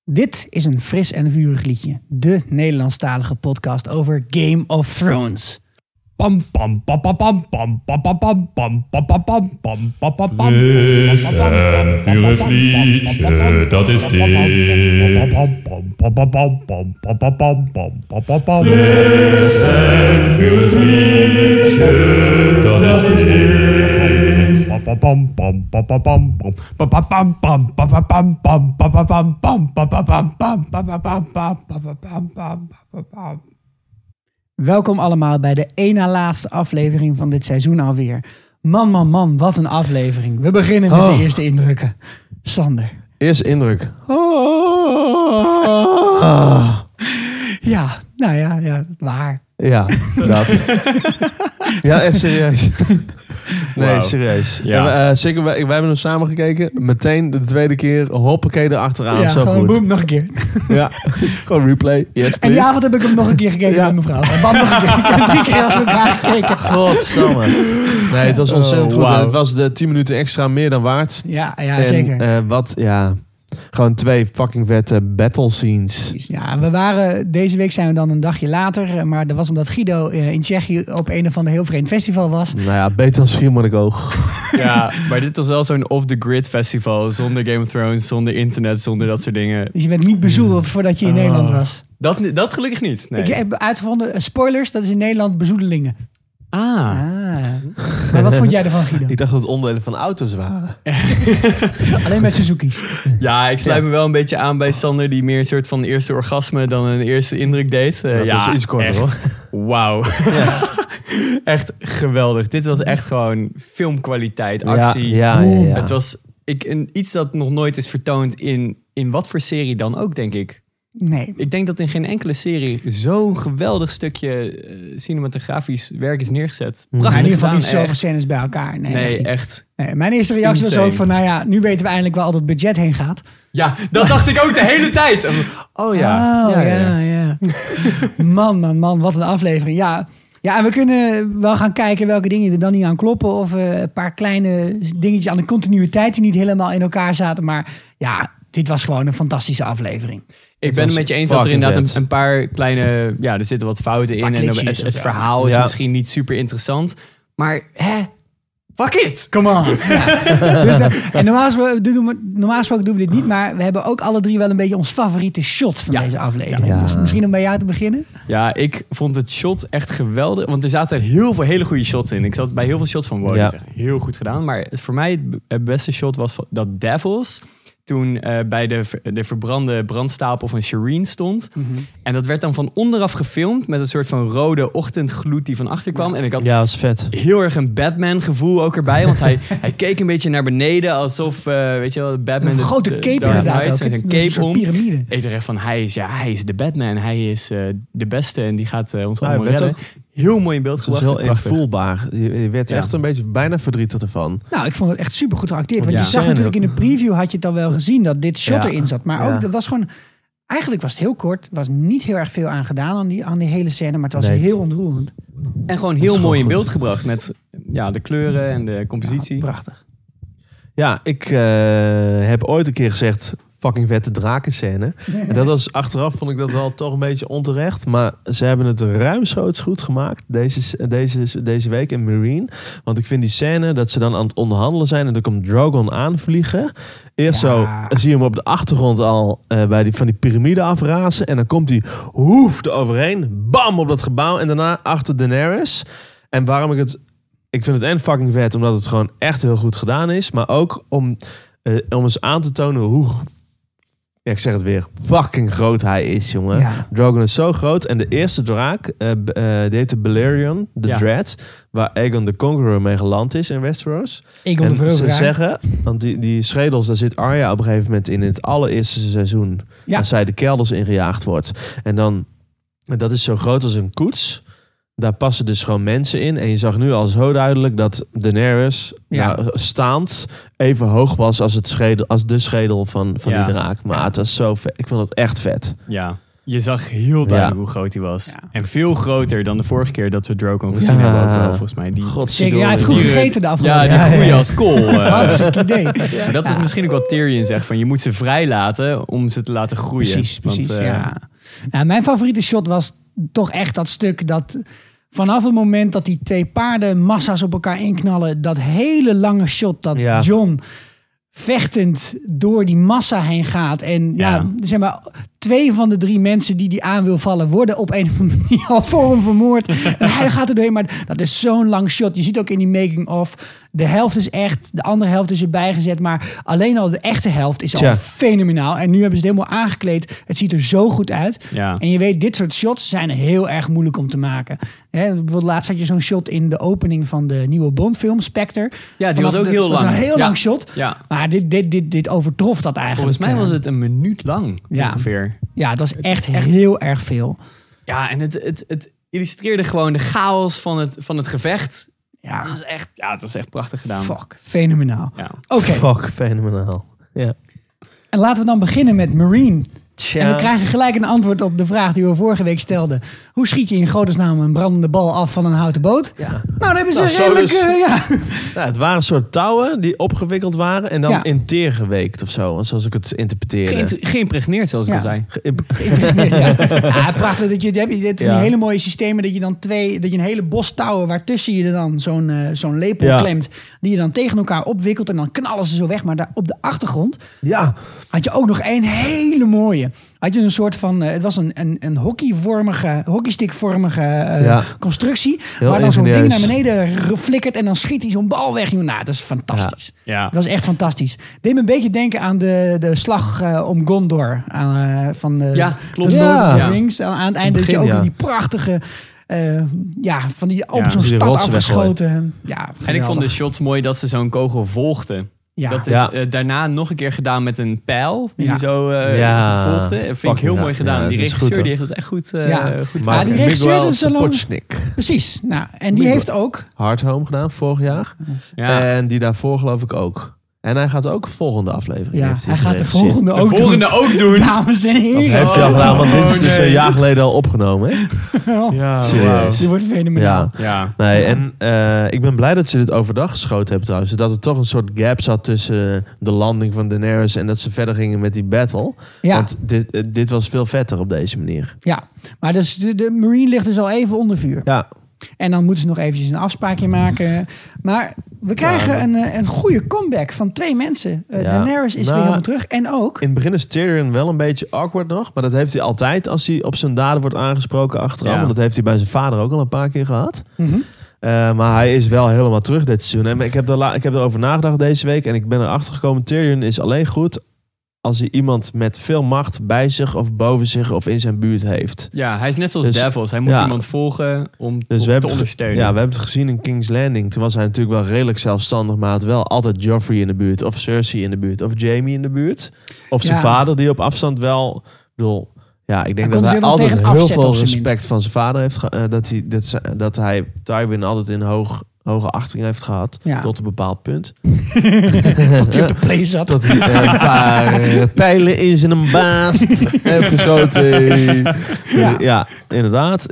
Dit is een fris en vurig liedje. De Nederlandstalige podcast over Game of Thrones. Pam pam pam pam pam pam pam pam pam pam pam pam pam pam pam pam. Fris en vurig liedje, dat is dit. Fris en vurig liedje, dat is dit. Welkom allemaal bij de één na laatste aflevering van dit seizoen alweer. Man, wat een aflevering. We beginnen met de eerste indrukken. Sander. Eerste indruk. Ja, nou ja, waar. Ja, dat. Ja, echt serieus. Nee, Wow. serieus. Ja. En, zeker, wij hebben hem samen gekeken. Meteen de tweede keer, hoppakee erachteraan. Ja, Zo gewoon goed. boem, nog een keer. Ja, gewoon replay. Yes, please. En die avond heb ik hem nog een keer gekeken met mijn vrouw. En bam, nog een keer. Ik heb 3 keer achter elkaar gekeken. Godsamme. Nee, het was ontzettend goed. wauw. En het was de 10 minuten extra meer dan waard. Ja, En, zeker. gewoon 2 fucking vette battle scenes. Ja, deze week zijn we dan een dagje later. Maar dat was omdat Guido in Tsjechië op een of ander heel vreemd festival was. Nou ja, beter dan Schiermonnikoog. Ja, maar dit was wel zo'n off-the-grid festival. Zonder Game of Thrones, zonder internet, zonder dat soort dingen. Dus je bent niet bezoedeld voordat je in Nederland was. Dat gelukkig niet. Nee. Ik heb uitgevonden, spoilers, dat is in Nederland bezoedelingen. Maar wat vond jij ervan, Guido? Ik dacht dat het onderdelen van auto's waren. Alleen met Suzuki's. Ja, ik sluit me wel een beetje aan bij Sander, die meer een soort van eerste orgasme dan een eerste indruk deed. Dat is iets korter, echt. hoor. Wauw. Echt geweldig. Dit was echt gewoon filmkwaliteit, actie. Ja. Het was iets dat nog nooit is vertoond in wat voor serie dan ook, denk ik. Nee. Ik denk dat in geen enkele serie zo'n geweldig stukje cinematografisch werk is neergezet. Maar Prachtig in ieder geval niet gedaan, zoveel echt. scènes bij elkaar. Nee, Nee, echt echt. niet. Nee, mijn eerste reactie was Insane. ook van, nou ja, nu weten we eindelijk wel al het budget heen gaat. Ja, dat dacht ik ook de hele tijd. Oh ja. Ja. Man, wat een aflevering. Ja, en we kunnen wel gaan kijken welke dingen er dan niet aan kloppen. Of een paar kleine dingetjes aan de continuïteit die niet helemaal in elkaar zaten. Maar ja, dit was gewoon een fantastische aflevering. Ik ben het met je eens dat er inderdaad een paar kleine... Ja, er zitten wat fouten in. En glitches het of verhaal is ja. misschien niet super interessant. Maar, fuck it! Come on. Ja. En normaal gesproken doen we dit niet. Maar we hebben ook alle 3 wel een beetje ons favoriete shot van Ja. deze aflevering. Ja. Dus misschien om bij jou te beginnen. Ja, ik vond het shot echt geweldig. Want er zaten heel veel hele goede shots in. Ik zat bij heel veel shots van, wow, Ja. dat is echt heel goed gedaan. Maar voor mij het beste shot was dat Davos... toen bij de verbrande brandstapel van Shireen stond. Mm-hmm. En dat werd dan van onderaf gefilmd... met een soort van rode ochtendgloed die van achter kwam. En ik had Ja, dat is vet. heel erg een Batman-gevoel ook erbij. Want hij keek een beetje naar beneden... alsof, weet je wel, Batman... Een grote cape Dark inderdaad Knight, ook. met Een een cape soort om. piramide. Ik dacht echt van, hij is de Batman. Hij is de beste en die gaat ons Ja, allemaal je bent redden. Heel mooi in beeld Het was gebracht. heel Prachtig. invoelbaar. Je werd Ja. echt een beetje bijna verdrietig ervan. Nou, ik vond het echt super goed geacteerd. Want Ja. je zag Scène. natuurlijk in de preview had je het al wel gezien dat dit shot Ja. erin zat. Maar ook, Ja. dat was gewoon... Eigenlijk was het heel kort. Er was niet heel erg veel aan gedaan aan die hele scène. Maar het was Nee. heel ontroerend. En gewoon is heel gewoon mooi in goed. beeld gebracht. Met de kleuren en de compositie. Ja, prachtig. Ja, ik heb ooit een keer gezegd... fucking vette drakenscène. En dat was achteraf, vond ik dat wel toch een beetje onterecht. Maar ze hebben het ruimschoots goed gemaakt deze week in Marine. Want ik vind die scène dat ze dan aan het onderhandelen zijn... en dan komt Drogon aanvliegen. Eerst Ja. zo zie je hem op de achtergrond al van die piramide afrazen. En dan komt hij er overheen. Bam, op dat gebouw. En daarna achter Daenerys. En waarom ik vind het fucking vet, omdat het gewoon echt heel goed gedaan is. Maar ook om eens aan te tonen hoe... Ja, ik zeg het weer. Fucking groot hij is, jongen. Ja. Drogon is zo groot. En de eerste draak, die heette Balerion, de Ja. Dread. Waar Aegon de Conqueror mee geland is in Westeros. Egon de En ze Veroveraar. zeggen, want die schedels, daar zit Arya op een gegeven moment in het allereerste seizoen. Ja. Als zij de kelders ingejaagd wordt. En dat is zo groot als een koets. Daar passen dus gewoon mensen in. En je zag nu al zo duidelijk dat Daenerys staand even hoog was als de schedel van Ja. die draak. Maar het was zo vet. Ik vond het echt vet. Ja. je zag heel duidelijk hoe groot hij was. Ja. En veel groter dan de vorige keer dat we Drogon gezien hebben. Ook wel, volgens mij. Zeker, hij heeft goed gegeten de afgelopen. Ja, die groeien als kool. Hartstikke idee. Maar dat is misschien ook wat Tyrion zegt. Van, je moet ze vrij laten om ze te laten groeien. Precies. Nou, mijn favoriete shot was toch echt dat stuk dat... Vanaf het moment dat die 2 paarden massa's op elkaar inknallen... dat hele lange shot dat Jon vechtend door die massa heen gaat. En zeg maar, 2 van de 3 mensen die aan wil vallen... worden op een of andere manier al voor hem vermoord. En hij gaat er doorheen, maar dat is zo'n lang shot. Je ziet ook in die making-of... De helft is echt, de andere helft is erbij gezet. Maar alleen al de echte helft is al fenomenaal. En nu hebben ze het helemaal aangekleed. Het ziet er zo goed uit. Ja. En je weet, dit soort shots zijn heel erg moeilijk om te maken. Bijvoorbeeld laatst had je zo'n shot in de opening van de nieuwe Bond-film, Spectre. Ja, die was ook heel lang. Dat was een heel lang shot. Ja. Maar dit overtrof dat eigenlijk. Volgens mij was het 1 minuut lang ongeveer. Ja, dat was echt heel erg veel. Ja, en het illustreerde gewoon de chaos van het gevecht... Ja. Het was echt prachtig gedaan. Fuck, fenomenaal. Ja. Okay. Fuck, fenomenaal. Ja. En laten we dan beginnen met Meereen. Tja. En we krijgen gelijk een antwoord op de vraag die we vorige week stelden. Hoe schiet je in godesnaam een brandende bal af van een houten boot? Ja. Nou, dat hebben ze redelijk... Het waren soort touwen die opgewikkeld waren en dan in teer geweekt of zo. Zoals ik het interpreteerde. Geïmpregneerd, zoals ik al zei. Prachtig. Dat je hebt van die hele mooie systemen dat je dan dat je een hele bos touwen waartussen je er dan zo'n lepel klemt. Die je dan tegen elkaar opwikkelt en dan knallen ze zo weg. Maar daar op de achtergrond had je ook nog een hele mooie. Had je een soort van, het was een hockeystickvormige constructie. Heel waar dan zo'n ding naar beneden flikkert en dan schiet hij zo'n bal weg. Nou, dat is fantastisch. Ja. Dat is echt fantastisch. Deed me een beetje denken aan de slag om Gondor. Van de Lord of the Rings. Aan het einde dat je ook die prachtige... van die op zo'n stad afgeschoten. Ja, en ik vond de shots mooi dat ze zo'n kogel volgden. Ja. Dat is daarna nog een keer gedaan met een pijl die zo volgde. Dat vind ik heel mooi gedaan. Die regisseur die heeft dat echt goed goed gemaakt. Die regisseur is Sapochnik. Precies. Nou, en die heeft ook... Hard Home gedaan vorig jaar. Ja. En die daarvoor geloof ik ook. En hij gaat ook de volgende aflevering. Ja, hij gaat de volgende ook doen. Dames en heren. Dat heeft hij al gedaan, want dit is dus een jaar geleden al opgenomen. Hè? Ja, serieus. Die wordt fenomenaal. Ja. Nee, en ik ben blij dat ze dit overdag geschoten hebben trouwens. Zodat er toch een soort gap zat tussen de landing van Daenerys en dat ze verder gingen met die battle. Ja. Want dit was veel vetter op deze manier. Ja, maar dus de Meereen ligt dus al even onder vuur. Ja. En dan moeten ze nog eventjes een afspraakje maken. Maar we krijgen een goede comeback van 2 mensen. Daenerys is weer helemaal terug. En ook... In het begin is Tyrion wel een beetje awkward nog. Maar dat heeft hij altijd als hij op zijn daden wordt aangesproken achteraf. Want dat heeft hij bij zijn vader ook al een paar keer gehad. Mm-hmm. Maar hij is wel helemaal terug dit seizoen. En ik heb erover nagedacht deze week. En ik ben erachter gekomen. Tyrion is alleen goed als hij iemand met veel macht bij zich of boven zich of in zijn buurt heeft. Ja, hij is net zoals Davos. Hij moet iemand volgen om te ondersteunen. Ja, we hebben het gezien in King's Landing. Toen was hij natuurlijk wel redelijk zelfstandig, maar had wel altijd Joffrey in de buurt, of Cersei in de buurt, of Jaime in de buurt. Of zijn vader, die op afstand wel... ik denk dat hij altijd heel veel respect van zijn vader heeft dat hij Tywin altijd in hoge achting heeft gehad. Ja. Tot een bepaald punt. Tot hij op de play zat. Tot hij een paar pijlen in zijn baast heeft geschoten. Ja, inderdaad.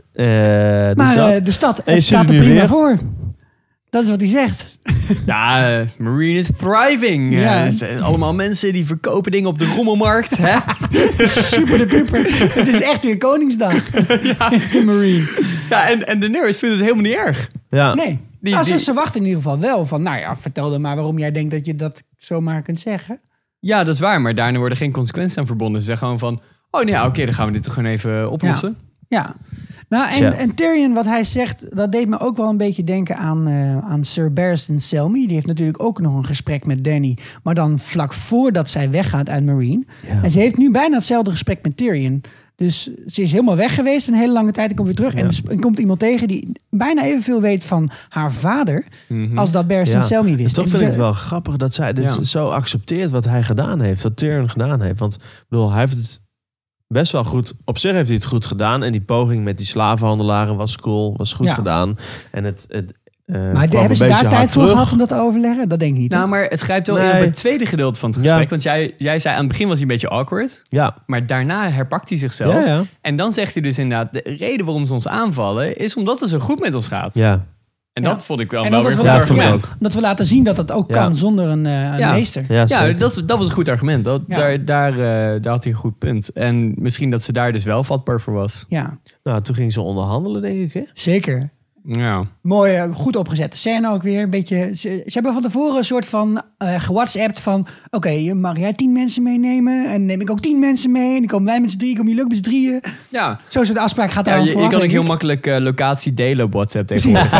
Maar de stad, het staat er prima voor. Dat is wat hij zegt. Ja, Meereen is thriving. Ja. Het zijn allemaal mensen die verkopen dingen op de rommelmarkt. Hè? Super de puper. Het is echt weer Koningsdag. Meereen. Ja, en Daenerys vindt het helemaal niet erg. Ja. Nee. Ze wachten in ieder geval wel van... vertel dan maar waarom jij denkt dat je dat zomaar kunt zeggen. Ja, dat is waar. Maar daarna worden geen consequenties aan verbonden. Ze zeggen gewoon van... dan gaan we dit toch gewoon even oplossen. Ja. Nou, en Tyrion, wat hij zegt, dat deed me ook wel een beetje denken aan Sir Barristan Selmy. Die heeft natuurlijk ook nog een gesprek met Dany. Maar dan vlak voordat zij weggaat uit Meereen. Ja. En ze heeft nu bijna hetzelfde gesprek met Tyrion. Dus ze is helemaal weg geweest een hele lange tijd en komt weer terug. Ja. En er komt iemand tegen die bijna evenveel weet van haar vader... als dat Barristan Selmy wist. En toch vind ik het wel grappig dat zij dit zo accepteert wat hij gedaan heeft. Wat Tyrion gedaan heeft. Want hij heeft het... best wel goed. Op zich heeft hij het goed gedaan. En die poging met die slavenhandelaren was cool. Was goed gedaan. En maar hebben ze daar tijd voor gehad om dat te overleggen? Dat denk ik niet. Nou, maar het grijpt wel in op het tweede gedeelte van het gesprek. Want jij zei aan het begin was hij een beetje awkward. Ja. Maar daarna herpakt hij zichzelf. Ja. En dan zegt hij dus inderdaad, de reden waarom ze ons aanvallen is omdat het zo goed met ons gaat. Ja. En dat vond ik wel weer een goed argument. Dat we laten zien dat dat ook kan zonder een meester. Ja, dat was een goed argument. Daar had hij een goed punt. En misschien dat ze daar dus wel vatbaar voor was. Ja. Nou, toen ging ze onderhandelen, denk ik. Hè? Zeker. Ja. Mooi, goed opgezette scène ook weer. Een beetje, ze hebben van tevoren een soort van gewhatsappt van... Oké, mag jij 10 mensen meenemen? En neem ik ook 10 mensen mee? En dan komen wij met z'n 3, komen jullie ook met z'n 3. Ja. Zo'n soort afspraak gaat daar vooraf. Je kan ook heel makkelijk locatie delen op WhatsApp. Precies.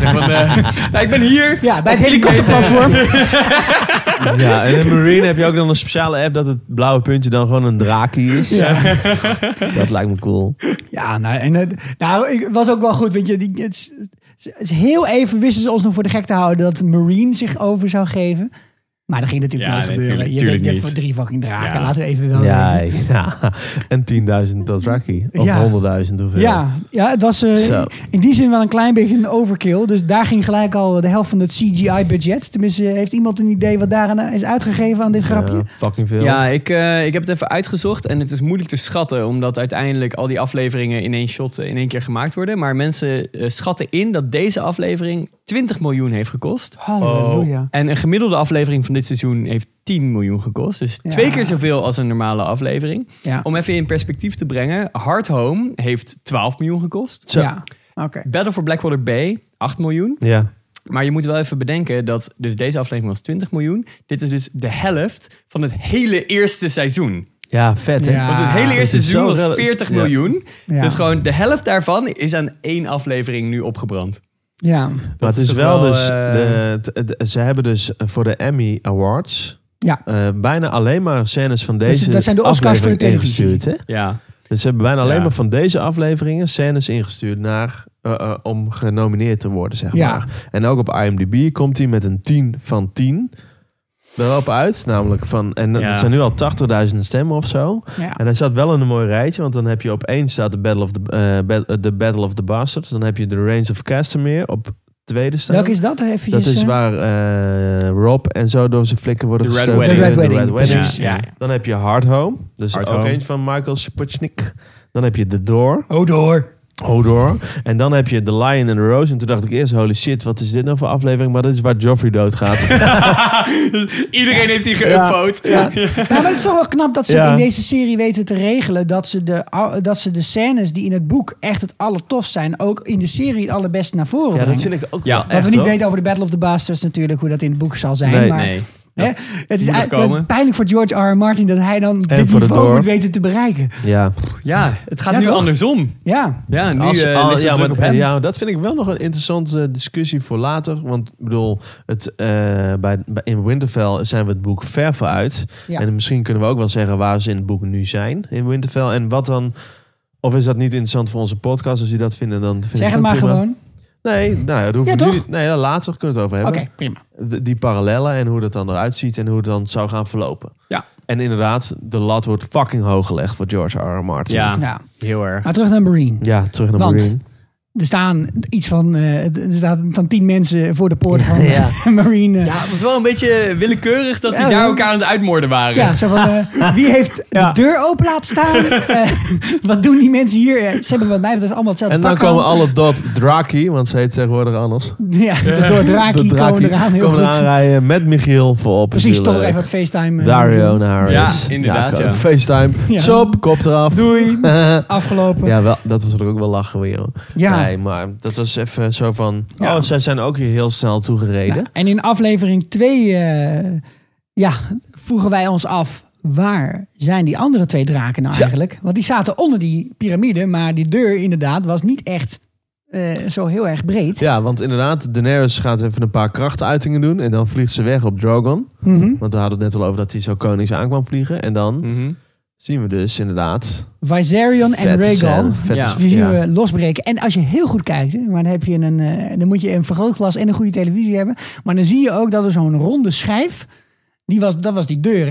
Ik ben hier. Ja, bij het helikopterplatform. Ja, en in Marine heb je ook dan een speciale app... dat het blauwe puntje dan gewoon een draakie is. Ja. Dat lijkt me cool. Ja, ik was ook wel goed. Weet je, het is heel even wisten ze ons nog voor de gek te houden dat Marine zich over zou geven. Maar dat ging natuurlijk nooit gebeuren. Je hebt voor 3 fucking draken. Laten we even wel wezen. Ja. En 10.000 Dothraki. Of 100.000 hoeveel. Ja, het was in die zin wel een klein beetje een overkill. Dus daar ging gelijk al de helft van het CGI-budget. Tenminste, heeft iemand een idee wat daaraan is uitgegeven aan dit grapje? Fucking veel. Ja, ik heb het even uitgezocht. En het is moeilijk te schatten. Omdat uiteindelijk al die afleveringen in één shot in één keer gemaakt worden. Maar mensen schatten in dat deze aflevering 20 miljoen heeft gekost. Halleluja. En een gemiddelde aflevering van dit seizoen heeft 10 miljoen gekost. Dus 2 keer zoveel als een normale aflevering. Ja. Om even in perspectief te brengen. Hard Home heeft 12 miljoen gekost. Zo. Ja. Okay. Battle for Blackwater Bay, 8 miljoen. Ja. Maar je moet wel even bedenken dat dus deze aflevering was 20 miljoen. Dit is dus de helft van het hele eerste seizoen. Ja, vet hè? Ja. Want het hele eerste seizoen was 40 miljoen. Ja. Dus gewoon de helft daarvan is aan 1 aflevering nu opgebrand. Ja. Maar het is wel dus... ze hebben dus voor de Emmy Awards... bijna alleen maar scènes van deze dat zijn de Oscars voor de televisie. Hè? Ja. Dus ze hebben bijna alleen maar van deze afleveringen scènes ingestuurd naar... om genomineerd te worden, zeg maar. En ook op IMDb komt hij met een 10 van 10... erop uit, namelijk van... En het zijn nu al 80.000 stemmen of zo. Ja. En hij zat wel in een mooi rijtje, want dan heb je op 1 staat de Battle of the Bastards. Dan heb je de Reigns of Castamere op 2e staan. Welke is dat? Dat is waar Rob en zo door zijn flikken worden gestoken. De Red Wedding. Precies. Ja. Dan heb je Hard Home. Dus ook eens van Michael Sapochnik. Dan heb je The Door. Hodor. En dan heb je The Lion and the Rose. En toen dacht ik eerst, holy shit, wat is dit nou voor aflevering? Maar dat is waar Joffrey doodgaat. Iedereen heeft die geüpvote. Ja. Maar het is toch wel knap dat ze het in deze serie weten te regelen. Dat ze de scènes die in het boek echt het allertofst zijn... ook in de serie het allerbeste naar voren brengen. Ja, dat vind ik ook wel echt, dat we niet weten over de Battle of the Bastards natuurlijk... hoe dat in het boek zal zijn. Nee. Het is eigenlijk pijnlijk voor George R. R. Martin dat hij dan dit niveau moet weten te bereiken. Ja, het gaat nu andersom. Ja, nu dat vind ik wel nog een interessante discussie voor later. Want ik bedoel, in Winterfell zijn we het boek ver vooruit. Ja. En misschien kunnen we ook wel zeggen waar ze in het boek nu zijn in Winterfell. En wat dan, of is dat niet interessant voor onze podcast? Als je dat vinden, dan vind zeg het maar prima. Gewoon. Nee, dat hoeven we nu. Nee, later kunnen we het over hebben. Oké, prima. Die parallellen en hoe dat dan eruit ziet en hoe het dan zou gaan verlopen. Ja. En inderdaad, de lat wordt fucking hoog gelegd voor George R. R. Martin. Ja, heel erg. Maar terug naar Marine. Ja, terug naar Marine. Er staan er staan dan 10 mensen voor de poort van Marine. Ja, het was wel een beetje willekeurig dat die daar elkaar aan het uitmoorden waren. Ja, zo van, wie heeft de deur open laten staan? Wat doen die mensen hier? Ze hebben wat mij betreft allemaal hetzelfde. En dan komen alle Dothraki, want ze heet tegenwoordig anders. Ja, de Dothraki komen eraan heel goed. Aanrijden met Michiel voorop. Precies, toch even wat FaceTime. Dario naar Harris. Ja, inderdaad. Ja. FaceTime. Sop, kop eraf. Doei. Afgelopen. Ja, wel, dat was natuurlijk ook wel lachen weer. Ja. Nee, maar dat was even zo van... zij zijn ook hier heel snel toegereden. Ja, en in aflevering 2 vroegen wij ons af... waar zijn die andere 2 draken nou eigenlijk? Want die zaten onder die piramide... maar die deur inderdaad was niet echt zo heel erg breed. Ja, want inderdaad, Daenerys gaat even een paar krachtuitingen doen... en dan vliegt ze weg op Drogon. Mm-hmm. Want we hadden het net al over dat hij zo konings aan kwam vliegen. En dan... Mm-hmm. Zien we dus inderdaad... Viserion en Rhaegal. Die zien we losbreken. En als je heel goed kijkt... maar dan, heb je dan moet je een vergrootglas en een goede televisie hebben. Maar dan zie je ook dat er zo'n ronde schijf... dat was die deur, hè?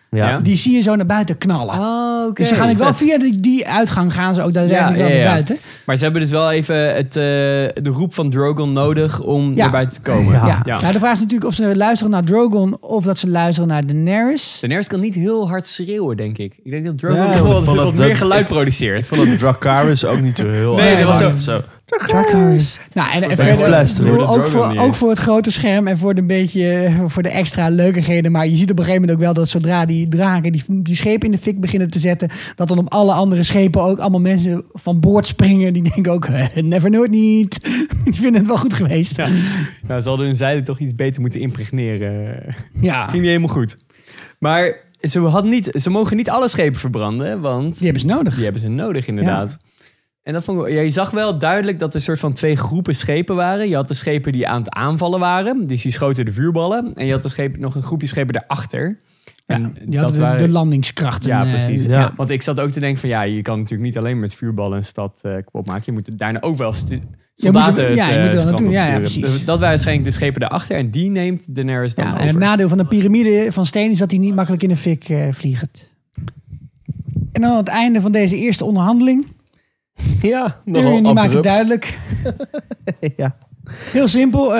Ja. Die zie je zo naar buiten knallen. Oh, oké. Dus ze gaan wel via die uitgang gaan ze ook daadwerkelijk wel naar buiten. Maar ze hebben dus wel even de roep van Drogon nodig om naar buiten te komen. Ja. Nou, de vraag is natuurlijk of ze luisteren naar Drogon of dat ze luisteren naar Daenerys. Daenerys kan niet heel hard schreeuwen, denk ik. Ik denk dat Drogon Ja, toch wel van wat dat- meer geluid produceert. Van dat Dracarys ook niet zo heel Nee, dat was zo. Dracarys. Nou, en verder, fluisteren. ik bedoel, Door de Drogon niet ook eens. voor het grote scherm en voor voor de extra leukigheden. Maar je ziet op een gegeven moment ook wel dat zodra die draken die schepen in de fik beginnen te zetten, dat dan op alle andere schepen ook allemaal mensen van boord springen. Die denken ook, never nooit niet. Die vinden het wel goed geweest. Ja. Nou, ze hadden hun zijde toch iets beter moeten impregneren. Ja. Ging niet helemaal goed. Maar ze mogen niet alle schepen verbranden, want Die hebben ze nodig. die hebben ze nodig inderdaad. En dat vond ik, je zag wel duidelijk dat er een soort van 2 groepen schepen waren. Je had de schepen die aan het aanvallen waren. Dus die schoten de vuurballen. En je had nog een groepje schepen daarachter. En Die hadden de landingskrachten. Ja, precies. ja. Want ik zat ook te denken van je kan natuurlijk niet alleen met vuurballen een stad kapot maken. Je moet daarna ook wel soldaten je moet er wel naartoe. Ja, opsturen. precies. Dus dat waren waarschijnlijk de schepen daarachter. En die neemt Daenerys dan Ja, over. en het nadeel van een piramide van steen is dat die niet makkelijk in de fik vliegt. En dan aan het einde van deze eerste onderhandeling. Ja, Tyrion die maakt het duidelijk. Ja. Heel simpel.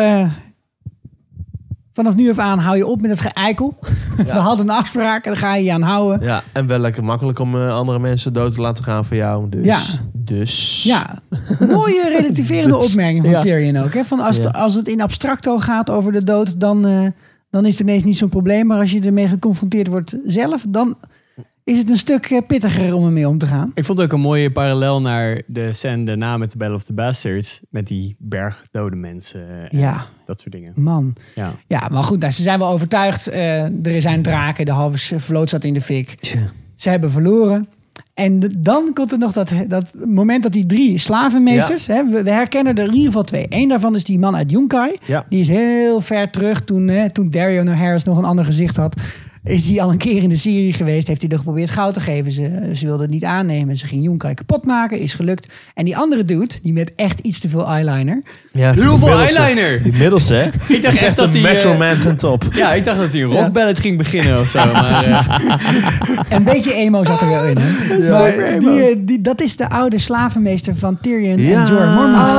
Vanaf nu af aan hou je op met het geëikel. We hadden een afspraak en daar ga je je aan houden. Ja, en wel lekker makkelijk om andere mensen dood te laten gaan voor jou. Dus. Ja, mooie relativerende opmerking van Ja. Tyrion ook. Hè? Van als het in abstracto gaat over de dood, dan is het ineens niet zo'n probleem. Maar als je ermee geconfronteerd wordt zelf, dan is het een stuk pittiger om ermee om te gaan. Ik vond het ook een mooie parallel naar de scène daarna met de Battle of the Bastards. Met die berg dode mensen en Ja. dat soort dingen. Man. Ja. Ja, maar goed, nou, ze zijn wel overtuigd. Er zijn draken, de halve vloot zat in de fik. Tja. Ze hebben verloren. En dan komt er nog dat moment dat die 3 slavenmeesters... Hè, we herkennen er in ieder geval 2. Eén daarvan is die man uit Yunkai. Ja. Die is heel ver terug toen Dario Naharis nog een ander gezicht had. Is die al een keer in de serie geweest. Heeft hij er geprobeerd goud te geven. Ze wilde het niet aannemen. Ze ging Yunkai kapot maken. Is gelukt. En die andere dude, die met echt iets te veel eyeliner. Ja, Heel veel eyeliner! Die middelste, hè? Ik dacht echt dat de hij... Metro Man ten top. Ja, ik dacht dat hij een rockballet ging beginnen of zo. Maar, Een beetje emo zat er wel in. Hè? Super Maar emo. dat is de oude slavenmeester van Tyrion Ja. en Jorah Mormont.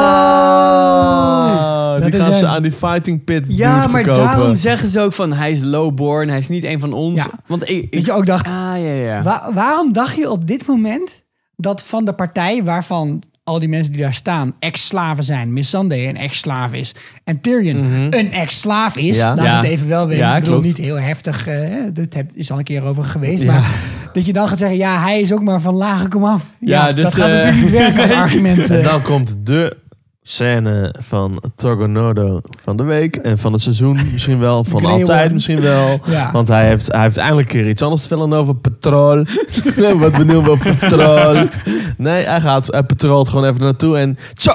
Die Dat gaan is ze een- aan die fighting pit ja, dude maar verkopen. daarom zeggen ze ook van hij is lowborn, hij is niet een van ons. Ja. Want Dat je ook dacht, ja. waarom dacht je op dit moment dat van de partij waarvan al die mensen die daar staan ex-slaven zijn, Missandei een ex-slaaf is en Tyrion een ex-slaaf is, Ja. laten we het even wel weten. Ja, Ik bedoel, klopt. niet heel heftig, dat is al een keer over geweest, Ja. maar dat je dan gaat zeggen, ja, hij is ook maar van lage komaf. Ja, dus, dat gaat natuurlijk niet werken als argument. En dan komt de scène van Torgonodo van de week. En van het seizoen misschien wel. Van Grey altijd Worm. misschien wel. Ja. Want hij heeft eindelijk een keer iets anders te vertellen over petrol. Wat benieuwd over petrol. Nee, hij patrolt gewoon even naartoe. En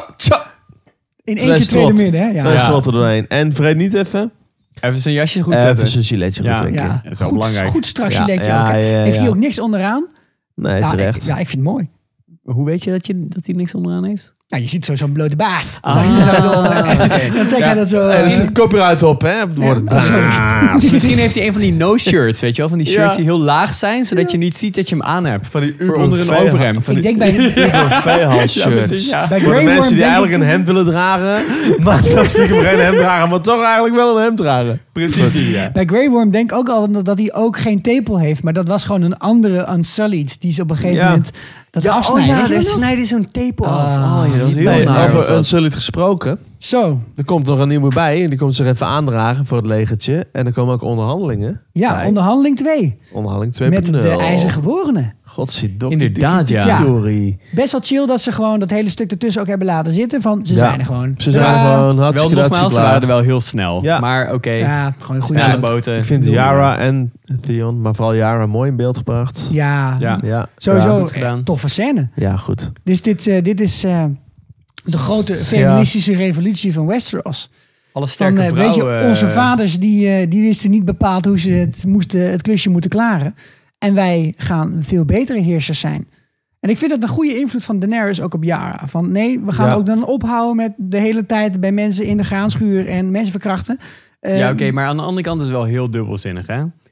In één keer tweede midden, hè? Twee Ja. slotten doorheen. En vergeet niet even. Even zijn jasje goed Even zetten. zijn giletje goed Ja. trekken. Ja. Dat is wel goed, belangrijk. goed strak Ja, giletje ja, ook. Hè? ja, Heeft hij ja. ook niks onderaan? Nee, Nou, terecht. ik vind het mooi. Hoe weet je dat hij niks onderaan heeft? Nou, je ziet zo'n blote baast. Ah, Dan trekt hij dat zo... Er zit copyright op, hè? Het wordt Misschien heeft hij een van die no-shirts, weet je wel? Van die shirts Ja. die heel laag zijn, zodat je niet ziet dat je hem aan hebt. van die Voor onder een overhemd. ik denk bij veehalsshirts. precies, ja. Bij Voor de Grey mensen Worm die denk eigenlijk ik- een hemd willen dragen, maar toch stiekem geen hemd dragen, maar toch eigenlijk wel een hemd dragen. Precies die, ja. Bij Grey Worm denk ik ook al dat hij ook geen tepel heeft. Maar dat was gewoon een andere Unsullied. Die ze op een gegeven Ja. moment dat afsnijden. Weet je daar dat nog? snijden ze een tepel af. Ah, Oh, ja, dat was heel Nee, naar. was over dat. Unsullied gesproken. Zo, Er komt nog een nieuwe bij. En die komt zich even aandragen voor het legertje. En er komen ook onderhandelingen. ja, bij. onderhandeling 2. Onderhandeling 2.0. Met de IJzergeborenen. Godzijdank. Inderdaad, ja. Best wel chill dat ze gewoon dat hele stuk ertussen ook hebben laten zitten. Van, ze Ja. zijn er gewoon. Ze zijn Ja. gewoon Wel hartstikke nogmaals, ze klaar. waren er wel heel snel. Ja. Maar oké, Ja, gewoon een goede snelle fout. boten. Ik vind Yara en Theon, maar vooral Yara, mooi in beeld gebracht. Ja, Ja. Ja, sowieso goed gedaan. toffe scène. Ja, goed. Dus dit is de grote feministische revolutie van Westeros. Alle sterke Van, vrouwen. weet je, onze vaders die wisten niet bepaald hoe ze het klusje moeten klaren. En wij gaan veel betere heersers zijn. En ik vind dat een goede invloed van Daenerys ook op Yara. Van nee, we gaan Ja. ook dan ophouden met de hele tijd bij mensen in de graanschuur en mensen verkrachten. Ja, oké, maar aan de andere kant is het wel heel dubbelzinnig, hè?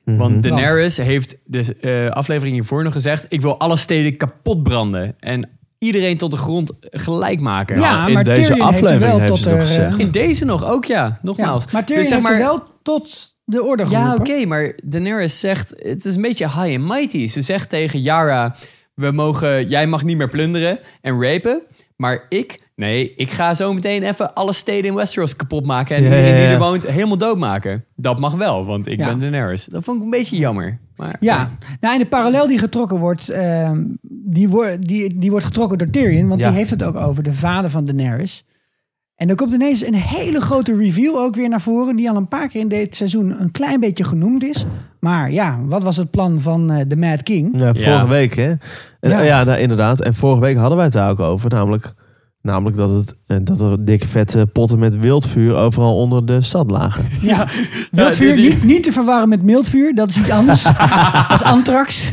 Want Daenerys heeft de aflevering hiervoor nog gezegd... ik wil alle steden kapot branden. En iedereen tot de grond gelijk maken. Ja, in maar deze Tyrion aflevering heeft er wel heeft tot ze het nog gezegd. In deze nog ook, ja. Nogmaals. Ja, maar Tyrion Dus heeft er wel tot de orde geroepen. Ja, oké, maar Daenerys zegt... het is een beetje high and mighty. Ze zegt tegen Yara... jij mag niet meer plunderen en rapen. Maar ik ga zo meteen even alle steden in Westeros kapot maken. En iedereen die er woont helemaal doodmaken. Dat mag wel, want ik ben Daenerys. Dat vond ik een beetje jammer. Maar, Ja, nou, en de parallel die getrokken wordt... die wordt getrokken door Tyrion. Want die heeft het ook over de vader van Daenerys. En er komt ineens een hele grote reveal ook weer naar voren... die al een paar keer in dit seizoen een klein beetje genoemd is. Maar ja, wat was het plan van de Mad King? Ja, vorige week, hè? Ja, inderdaad. En vorige week hadden wij het daar ook over. Namelijk dat er dikke vette potten met wildvuur overal onder de stad lagen. Ja, wildvuur, niet te verwarren met mildvuur. Dat is iets anders. Dat is anthrax.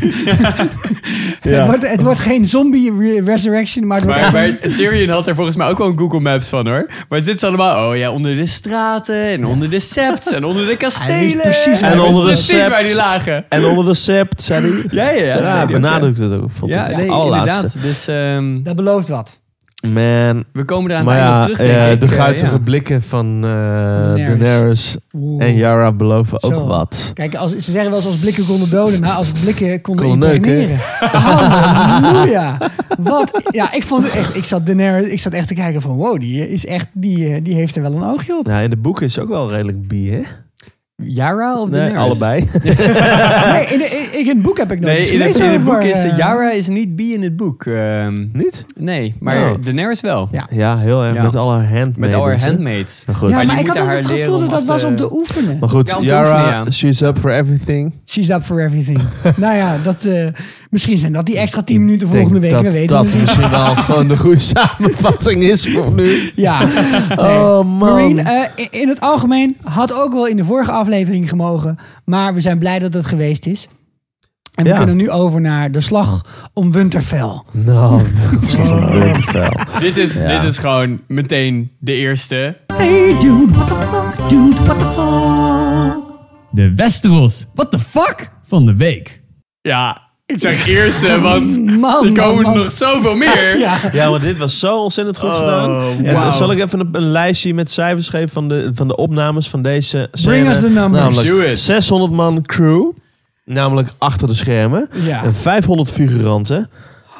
Het wordt geen zombie resurrection, maar het wordt maar Tyrion had er volgens mij ook wel een Google Maps van, hoor. Maar het zit ze allemaal, onder de straten en onder de septs en onder de kastelen. Precies waar die lagen. En onder de sept, zei hij. Ja, benadrukte het ook. Vond ik inderdaad. Dus, dat belooft wat. Man. We komen er aan het einde op terug, denk ik. De guitige blikken van Daenerys en Yara beloven ook wat. Kijk, ze zeggen wel eens als blikken konden doden, maar als blikken konden impregneren. Halleluja. Wat? Ja, ik vond het echt. Ik zat echt te kijken van wow, die heeft er wel een oogje op. Ja, in de boeken is ze ook wel redelijk bi, hè? Yara of Daenerys? Nee, allebei. In het boek heb ik nooit gelezen. In het boek is Yara is niet bi in het boek. Niet? Nee, maar Daenerys wel. Ja, heel erg. Met al haar handmaids. Met al haar handmaids. Maar goed. Ja, maar ik had het gevoel dat was om te oefenen. Maar goed, Yara, she's up for everything. She's up for everything. Nou ja, misschien zijn dat die extra 10 minuten volgende week. We weten dat misschien wel gewoon de goede samenvatting is voor nu. Ja. Oh man. Marine, in het algemeen had ook wel in de vorige aflevering gemogen. Maar we zijn blij dat het geweest is. En we kunnen nu over naar de slag om Winterfell. Nou, Winterfell. Dit is gewoon meteen de eerste. Hey dude, what the fuck? Dude, what the fuck? De Westeros, what the fuck? Van de week. Ja, ik zeg eerste, want er komen nog zoveel meer. Ja, maar dit was zo ontzettend goed gedaan. Wow. Zal ik even een lijstje met cijfers geven van de opnames van deze scène? Bring us the numbers. Namelijk 600 man crew. Namelijk achter de schermen. Ja. En 500 figuranten.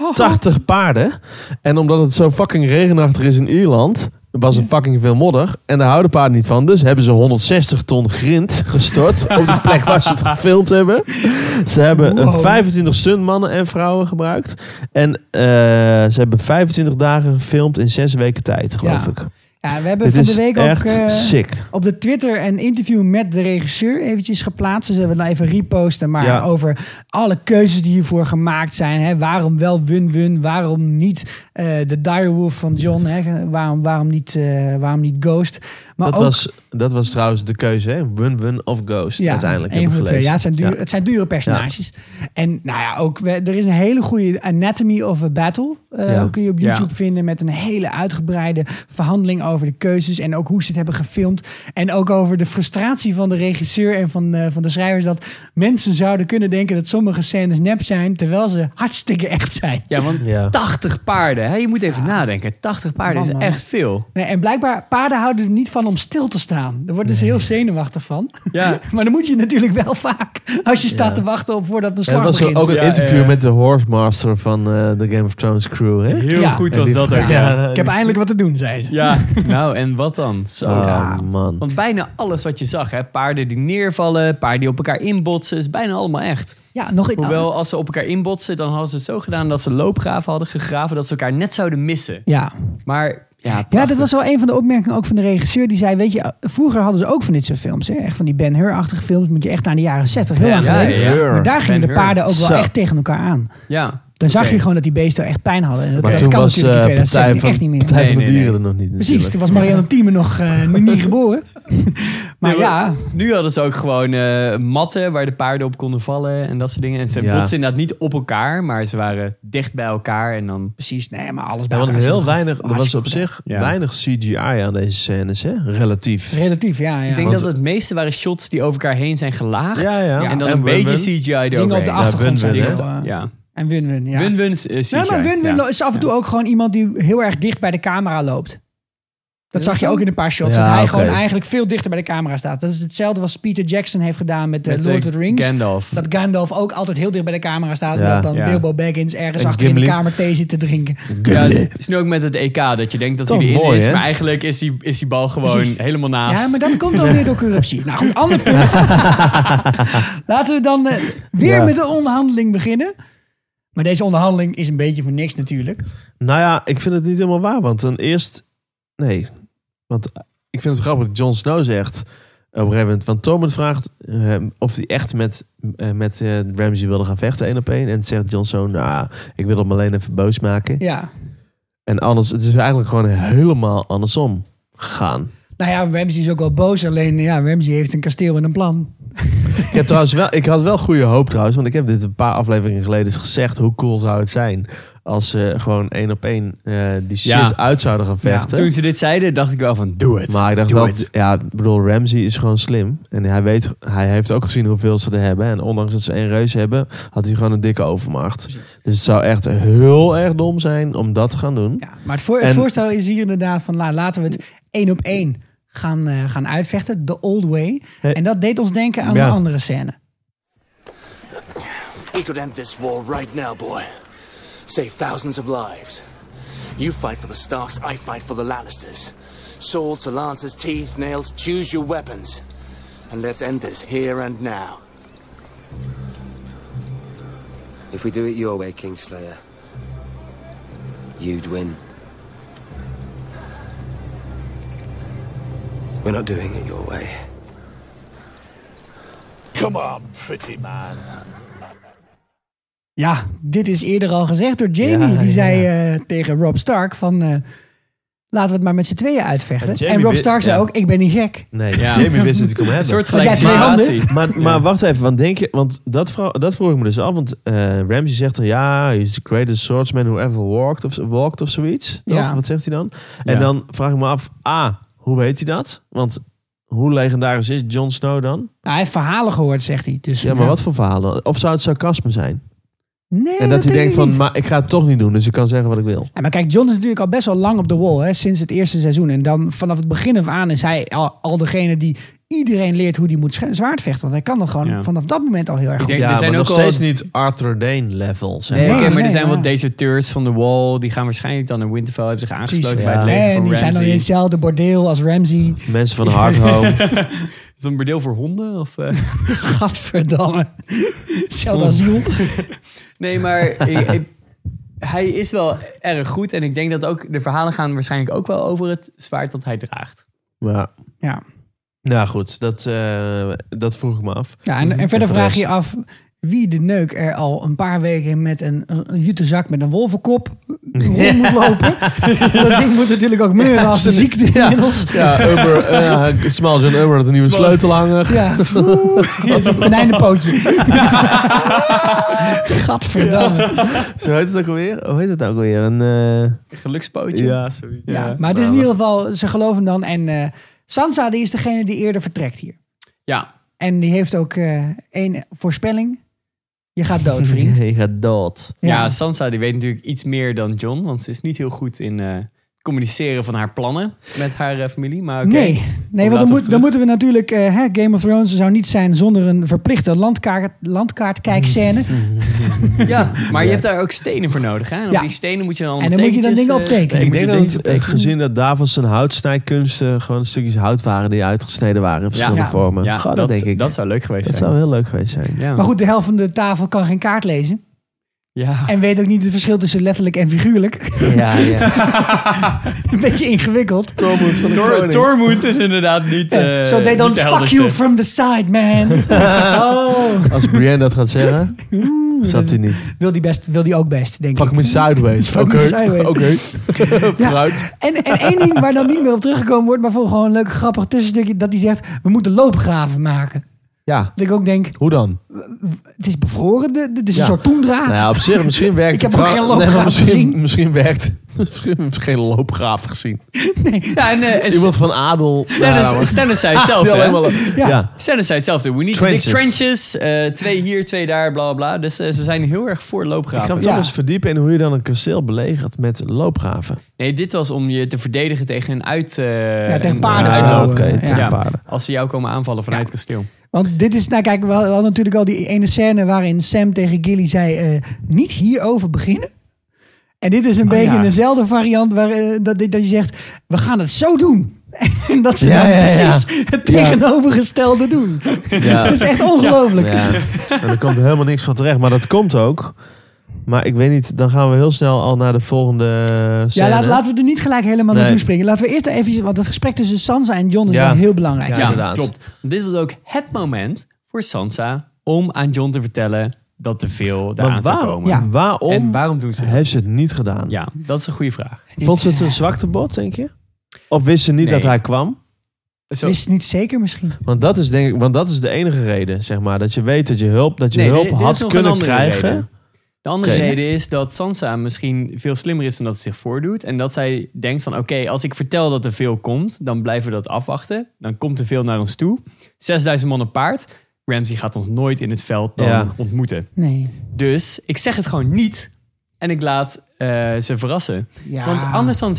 80 paarden. En omdat het zo fucking regenachtig is in Ierland... was er fucking veel modder. En daar houden paarden niet van. Dus hebben ze 160 ton grind gestort. Op de plek waar ze het gefilmd hebben. Ze hebben 25 stuntmannen en vrouwen gebruikt. En ze hebben 25 dagen gefilmd in 6 weken tijd, geloof ik. Ja, we hebben van de week ook sick. Op de Twitter een interview met de regisseur eventjes geplaatst. Dus we hebben het nou even reposten. Maar over alle keuzes die hiervoor gemaakt zijn. Hè. Waarom wel Wun-Wun? Waarom niet de Direwolf van Jon? Hè. Waarom niet Ghost? Maar dat was trouwens de keuze, hè? Wun-Wun of Ghost, uiteindelijk. Een van de twee. Ja, het het zijn dure personages. Ja. En nou ja, ook er is een hele goede Anatomy of a Battle. Kun je op YouTube vinden met een hele uitgebreide verhandeling over de keuzes en ook hoe ze het hebben gefilmd. En ook over de frustratie van de regisseur en van de schrijvers dat mensen zouden kunnen denken dat sommige scènes nep zijn, terwijl ze hartstikke echt zijn. Ja, want 80 paarden. Hè? Je moet even nadenken. 80 paarden is echt veel. Nee, en blijkbaar, paarden houden er niet van om stil te staan. Daar worden ze heel zenuwachtig van. Ja. Maar dan moet je natuurlijk wel vaak, als je staat te wachten op voordat de slag begint. Er was ook een interview met de Horsemaster van de Game of Thrones crew. Hè? Heel goed was dat ook. Ik heb eindelijk wat te doen, zei ze. Ja, nou en wat dan? Man. Want bijna alles wat je zag, hè, paarden die neervallen, paarden die op elkaar inbotsen, is bijna allemaal echt. Ja, Hoewel, als ze op elkaar inbotsen, dan hadden ze het zo gedaan dat ze loopgraven hadden gegraven, dat ze elkaar net zouden missen. Ja. Maar ja, dat was wel een van de opmerkingen ook van de regisseur. Die zei, weet je, vroeger hadden ze ook van dit soort films. Hè? Echt van die Ben Hur-achtige films. Moet je echt naar de jaren 60, heel lang geleden. Ja. Maar daar gingen de paarden ook wel echt tegen elkaar aan. Ja. Dan zag je gewoon dat die beesten echt pijn hadden. En maar dat toen kan was natuurlijk in 2016 echt niet meer. Partij van de Dieren er nog niet. Precies, toen was Marianne Thieme nog niet geboren. Maar ja, Nu hadden ze ook gewoon matten waar de paarden op konden vallen en dat soort dingen. En ze botsen inderdaad niet op elkaar, maar ze waren dicht bij elkaar en dan... precies. Nee, maar alles Ja, bij want elkaar heel zit weinig, er was op goed zich Ja. weinig CGI aan deze scènes, hè? Relatief. relatief, ja. Ik denk Want- dat het meeste waren shots die over elkaar heen zijn gelaagd. Ja. En dan En een beetje win-win. CGI Dingen eroverheen. op de achtergrond zijn win-win, veel, hè? Ja. En win-win, ja. Win-win CGI. Ja, maar win-win Ja. is af en toe ook gewoon iemand die heel erg dicht bij de camera loopt. Dat zag je ook in een paar shots. Ja, dat hij oké. gewoon eigenlijk veel dichter bij de camera staat. Dat is hetzelfde wat Peter Jackson heeft gedaan met, Met, Lord of the Rings. Gandalf. Dat Gandalf ook altijd heel dicht bij de camera staat. Ja. En dat dan Ja. Bilbo Baggins ergens En achter in de Gimli. kamer thee zit te drinken. Ja, het is nu ook met het EK dat je denkt dat Toch hij erin mooi, is. hè? Maar eigenlijk is die bal gewoon Precies. helemaal naast. Ja, maar dat komt dan weer door corruptie. Nou goed, ander punt. Laten we dan weer Ja. met de onderhandeling beginnen. Maar deze onderhandeling is een beetje voor niks natuurlijk. Nou ja, ik vind het niet helemaal waar. Want dan eerst... Nee. Want ik vind het grappig dat Jon Snow zegt... Op een gegeven moment... Want Tormund vraagt of hij echt met Ramsay wilde gaan vechten 1-op-1. En zegt Jon Snow... Nou, ik wil hem alleen even boos maken. Ja. En alles... Het is eigenlijk gewoon helemaal andersom gegaan. Nou ja, Ramsay is ook wel boos. Alleen ja, Ramsay heeft een kasteel en een plan. Ik had wel goede hoop trouwens. Want ik heb dit een paar afleveringen geleden eens gezegd. Hoe cool zou het zijn... Als ze gewoon 1-op-1 die shit Ja. uit zouden gaan vechten. Toen ze dit zeiden, dacht ik wel van, doe het. Maar ik dacht Doe wel, het. ja, ik bedoel, Ramsay is gewoon slim. En hij heeft ook gezien hoeveel ze er hebben. En ondanks dat ze 1 reus hebben, had hij gewoon een dikke overmacht. Precies. Dus het zou echt heel erg dom zijn om dat te gaan doen. Ja, maar het voorstel is hier inderdaad van laten we het 1-op-1 gaan uitvechten. The old way. Hey. En dat deed ons denken aan Ja. een andere scène. We could end this war right now, boy. Save thousands of lives. You fight for the Starks, I fight for the Lannisters. Swords, lances, teeth, nails, choose your weapons. And let's end this here and now. If we do it your way, Kingslayer, you'd win. We're not doing it your way. Come on, pretty man. Ja, dit is eerder al gezegd door Jamie. Ja, Die zei tegen Robb Stark van... laten we het maar met z'n tweeën uitvechten. En Jamie En Robb wi- Stark zei ja. ook, ik ben niet gek. Nee, Ja. Jamie wist dat hij kon hebben. Een soort Want jij gelijke hebt 2 situatie. Maar wacht even, want denk je... Want dat vroeg ik me dus af. Want Ramsay zegt dan... Ja, he's the greatest swordsman who ever walked of zoiets. Toch? Ja. Wat zegt hij dan? En Ja. dan vraag ik me af... hoe weet hij dat? Want hoe legendarisch is Jon Snow dan? Nou, hij heeft verhalen gehoord, zegt hij. Dus, Ja, maar wat voor verhalen? Of zou het sarcasme zijn? Nee, En dat hij denk denkt ik van... niet. Maar ik ga het toch niet doen. Dus ik kan zeggen wat ik wil. Ja, maar kijk, Jon is natuurlijk al best wel lang op de wall. Hè, sinds het eerste seizoen. En dan vanaf het begin af aan is hij al degene die iedereen leert hoe hij moet zwaard vechten. Want hij kan dat gewoon Ja. vanaf dat moment al heel erg Ik goed. denk, Ja, er zijn maar ook nog al steeds niet Arthur Dane level. Zeg Nee, maar. oké, maar nee, er zijn maar- wat deserteurs van de Wall. Die gaan waarschijnlijk dan in Winterfell. Hebben zich aangesloten Precies. bij het Ja. leger En van die zijn dan in Ramsay. hetzelfde bordeel als Ramsay. Mensen van Hardhome. Is dat een bordeel voor honden? Of, Gadverdamme. Hetzelfde asiel. Nee, maar hij is wel erg goed. En ik denk dat ook de verhalen gaan waarschijnlijk ook wel over het zwaard dat hij draagt. Ja. Ja. Nou goed, dat vroeg ik me af. Ja, en verder voor de vraag rest- je af wie de neuk er al een paar weken met een jutezak met een wolvenkop rond moet lopen. Dat ding moet natuurlijk ook meuren als de ziekte inmiddels. Ja, Small John Uber had een nieuwe sleutelhanger. Ja, dat is een konijnenpootje. Gadverdamme. Zo heet het ook alweer? Hoe heet het nou ook alweer? Gelukspootje. Ja, zoiets. Ja, maar het is in ieder geval, ze geloven dan. En Sansa die is degene die eerder vertrekt hier. Ja. En die heeft ook één voorspelling. Je gaat dood, vriend. Je gaat dood. Ja, Sansa die weet natuurlijk iets meer dan Jon. Want ze is niet heel goed in communiceren van haar plannen met haar familie. Maar oké. Nee, want later terug. dan moeten we natuurlijk... Game of Thrones zou niet zijn zonder een verplichte landkaartkijkscène. Ja, maar je hebt daar ook stenen voor nodig. Hè? En op Ja. die stenen moet je dan allemaal En dan moet je dan tekentjes, dingen optekenen. Ik moet je denk dat dingetjes het, optekenen. gezien dat Davos zijn houtsnijkunsten gewoon stukjes hout waren die uitgesneden waren in verschillende Ja. vormen. Ja, Goh, dat denk ik. Dat zou leuk geweest Dat zijn. zou heel leuk geweest zijn. Ja. Maar goed, de helft van de tafel kan geen kaart lezen. Ja. En weet ook niet het verschil tussen letterlijk en figuurlijk. Ja. Een beetje ingewikkeld. Tormund van de koning. Tormund is inderdaad niet. So they don't niet de fuck helderste. you from the side, man. Oh. Als Brienne dat gaat zeggen. doen. Zat hij niet. Wil die ook best, denk Fuck ik. me sideways. Fuck me sideways. Oké. Ja. Vooruit. En één ding waar dan niet meer op teruggekomen wordt, maar voor gewoon een leuk grappig tussenstukje, dat hij zegt, we moeten loopgraven maken. Ja. Dat ik ook denk, Hoe dan? het is bevroren, het is Ja. een soort toendra. Nou ja, op zich, misschien werkt Ik heb ook geen loopgraaf gezien. Misschien werkt... Misschien geen loopgraaf gezien. Ja, en Is iemand van adel... Stennis zei hetzelfde. Die hè? alleen maar- Ja. Stennis zei hetzelfde. We need Trenches. big trenches. 2 hier, 2 daar, bla bla. Dus ze zijn heel erg voor Ik ga loopgraven. me toch eens verdiepen in hoe je dan een kasteel belegert met loopgraven. Nee, dit was om je te verdedigen tegen een uit... tegen een- paarden of Ah, zo. oké, Ja. tegen Ja, paarden. als ze jou komen aanvallen vanuit het kasteel. Want dit is, nou kijk, we hadden natuurlijk al die ene scène waarin Sam tegen Gilly zei, niet hierover beginnen. En dit is een beetje ja. dezelfde variant waar, dat je zegt, we gaan het zo doen. En dat ze Ja, dan ja, ja. precies het tegenovergestelde doen. Ja. Dat is echt ongelooflijk. Ja. En er komt er helemaal niks van terecht. Maar dat komt ook. Maar ik weet niet, dan gaan we heel snel al naar de volgende scène. Ja, laten we er niet gelijk helemaal Nee. naartoe springen. Laten we eerst even, want het gesprek tussen Sansa en Jon is Ja. wel heel belangrijk. Ja, Ja, inderdaad. klopt. Dit was ook het moment voor Sansa om aan Jon te vertellen dat te veel Maar eraan zou komen. Ja. waarom En waarom doen ze dat? heeft ze het niet gedaan? Ja, dat is een goede vraag. Vond ze het een zwaktebod, denk je? Of wist ze niet Nee. dat hij kwam? Zo, Wist niet zeker misschien. Want dat is, denk ik, want dat is de enige reden, zeg maar. Dat je weet dat je hulp, Nee, hulp dit is had nog een kunnen andere krijgen. reden. De andere Oké. reden is dat Sansa misschien veel slimmer is dan dat ze zich voordoet. En dat zij denkt van oké, als ik vertel dat er veel komt, dan blijven we dat afwachten. Dan komt er veel naar ons toe. 6000 man een paard. Ramsay gaat ons nooit in het veld dan Ja. ontmoeten. Nee. Dus ik zeg het gewoon niet. En ik laat ze verrassen. Ja. Want anders dan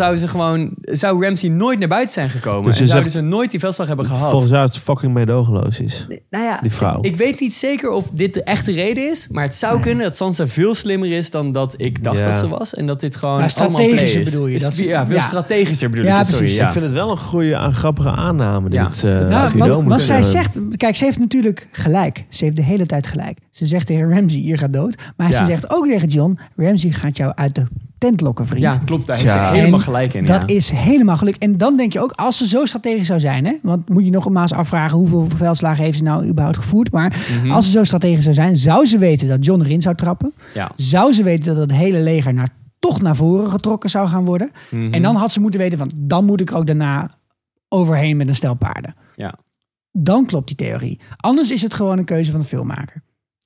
zou Ramsay nooit naar buiten zijn gekomen. Dus je en zouden zegt- ze nooit die veldslag hebben gehad. Volgens jou is het fucking meedogenloos is. Nou ja, Die vrouw. Ik weet niet zeker of dit de echte reden is. Maar het zou kunnen dat Sansa veel slimmer is dan dat ik dacht Ja. dat ze was. En dat dit gewoon Maar allemaal play strategischer is. bedoel je, Is- dat ze- ja, veel ja. strategischer bedoel Ja, ik. Sorry, precies. ja. Ik vind het wel een goede, grappige aanname. Ja. Dit, Nou, Guido want moet zij kunnen- zegt, kijk, ze heeft natuurlijk gelijk. Ze heeft de hele tijd gelijk. Ze zegt tegen Ramsay, je gaat dood. Maar Ja. ze zegt ook tegen Jon, Ramsay gaat jou uit de tent lokken, vriend. Ja, klopt. Daar heeft ze Tja. helemaal En gelijk in. Dat ja. is helemaal geluk. En dan denk je ook, als ze zo strategisch zou zijn, hè, want moet je nogmaals afvragen hoeveel veldslagen heeft ze nou überhaupt gevoerd. Maar Mhm. als ze zo strategisch zou zijn, zou ze weten dat Jon erin zou trappen. Ja. Zou ze weten dat het hele leger toch naar voren getrokken zou gaan worden. Mhm. En dan had ze moeten weten van, dan moet ik er ook daarna overheen met een stel paarden. Ja. Dan klopt die theorie. Anders is het gewoon een keuze van de filmmaker.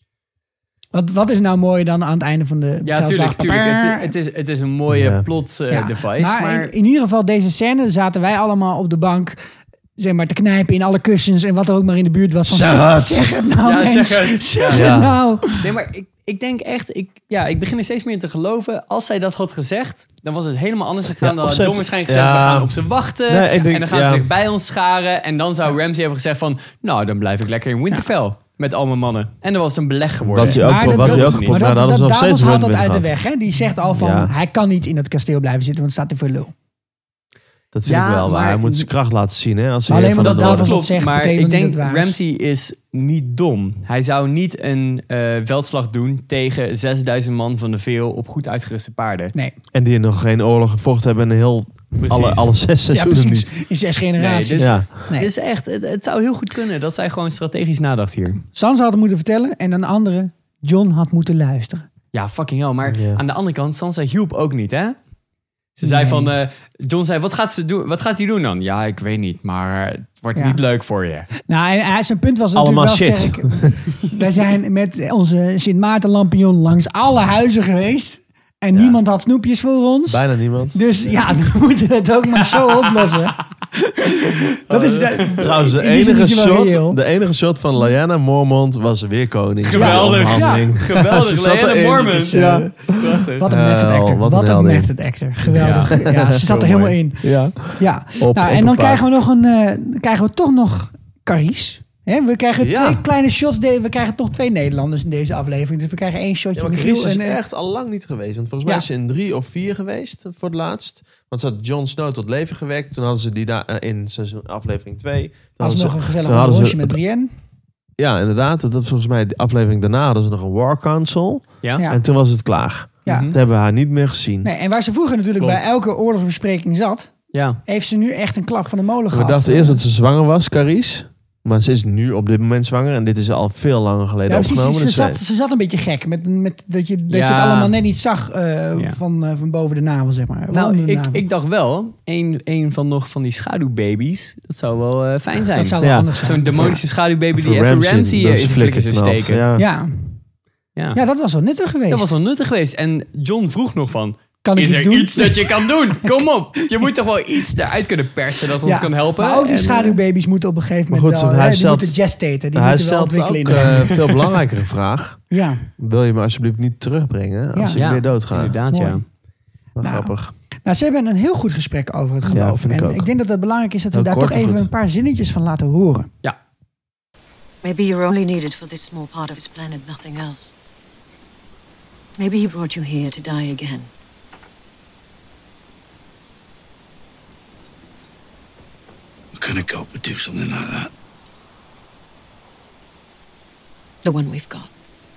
Wat is nou mooi dan aan het einde van de Ja, veldslag? tuurlijk. Het is een mooie Ja. plot Ja, device. Maar in ieder geval deze scène zaten wij allemaal op de bank, zeg maar, te knijpen in alle kussens en wat er ook maar in de buurt was. Van, zeg het nou, Ja, mens. zeg het. Zeg Ja. het nou. nee, maar ik denk echt... Ik begin er steeds meer in te geloven. Als zij dat had gezegd, dan was het helemaal anders gegaan. Ja, dan of had ze Jon heeft- waarschijnlijk gezegd, ja. we gaan op ze wachten. Nee, ik denk- en dan gaan ja. ze zich bij ons scharen. En dan zou Ramsay hebben gezegd van, nou, dan blijf ik lekker in Winterfell. Met al mijn mannen. En dan was het een beleg geworden. Wat hij ook, Maar dat wat hij wilden ook ze niet. kapot Maar had, hadden ze nog Davos steeds haalt dat win-win uit de gehad. weg. Hè? Die zegt al van, Ja. hij kan niet in het kasteel blijven zitten, want het staat er voor lul. Dat vind Ja, ik wel waar. maar- Hij moet zijn kracht laten zien. Hè, als hij Alleen van maar de dat noorden- Davos klopt, zegt, maar betekent ik niet denk dat het waar is. Ramsay is niet dom. Hij zou niet een veldslag doen tegen 6000 man van de Veil op goed uitgeruste paarden. Nee, En die nog geen oorlog gevochten hebben in heel Precies. alle 6 ja, seizoenen precies. niet. In 6 generaties. Nee, dus- Ja. Nee. Dus echt, het zou heel goed kunnen dat zij gewoon strategisch nadacht hier. Sansa had het moeten vertellen en een andere, Jon had moeten luisteren. Ja, fucking hell. Maar Ja. aan de andere kant, Sansa hielp ook niet, hè? Ze zei Nee. van, Jon zei, wat gaat hij doen dan? Ja, ik weet niet, maar het wordt Ja. niet leuk voor je. Nou, en zijn punt was Allemaal natuurlijk wel shit. sterk. Wij zijn met onze Sint Maarten lampion langs alle huizen geweest. En Ja. niemand had snoepjes voor ons. Bijna niemand. Dus ja, dan moeten we het ook maar zo oplossen. Dat is Trouwens, in die zin is hij wel reëel. de enige shot van Lyanna Mormont was weer koning. Geweldig. De omhandeling. Geweldig, Ze zat Lyanna erin. Mormont. Ja. Prachtig. Wat een method actor. wat Wat een een heldin. method actor. Geweldig. Ja, ze zat er Zo helemaal mooi. in. Ja. Ja. Op Nou, en een dan paard. krijgen we toch nog Carice. Hè, we krijgen Ja. 2 kleine shots. We krijgen toch 2 Nederlanders in deze aflevering. Dus we krijgen 1 shotje Ja, maar Michiel Chris is en, echt al lang niet geweest. Want volgens mij Ja. is ze in 3 of 4 geweest voor het laatst. Want ze had Jon Snow tot leven gewekt. Toen hadden ze die daar in aflevering 2. als nog een gezellig toen hadden ze- rondje met Brienne. Ja, inderdaad. Dat was volgens mij de aflevering daarna hadden ze nog een War Council. Ja? Ja. En toen was het klaar. Ja. Mhm. Toen hebben we haar niet meer gezien. Nee, en waar ze vroeger natuurlijk Klopt. bij elke oorlogsbespreking zat, Ja. heeft ze nu echt een klap van de molen We gehad. dachten eerst dat ze zwanger was, Carice. Maar ze is nu op dit moment zwanger. En dit is al veel langer geleden opgenomen. Ze zat een beetje gek. Met dat je het allemaal net niet zag van boven de navel, zeg maar. Nou, ik dacht wel, een van die schaduwbaby's, dat zou wel fijn zijn. Dat zou wel handig zijn. Zo'n demonische schaduwbaby die even Ramsey in zijn flikker zou steken. Ja, dat was wel nuttig geweest. Dat was wel nuttig geweest. En John vroeg nog van... Kan ik is iets er doen? iets dat je kan doen? Kom op. Je moet toch wel iets eruit kunnen persen dat ons kan helpen. Maar ook die schaduwbaby's moeten op een gegeven moment die moeten gestaten. Die moeten wel ontwikkelen. Hij stelt ook veel belangrijkere vraag. Ja. Wil je me alsjeblieft niet terugbrengen als ik weer doodga? Inderdaad, ja. Grappig. Nou, ze hebben een heel goed gesprek over het geloof. Vind ik ook. Ik denk dat het belangrijk is dat we Heel daar kort toch even een paar zinnetjes van laten horen. Ja. Maybe you're only needed for this small part of his planet, nothing else. Maybe he brought you here to die again. What kind of god would do something like that? The one we've got.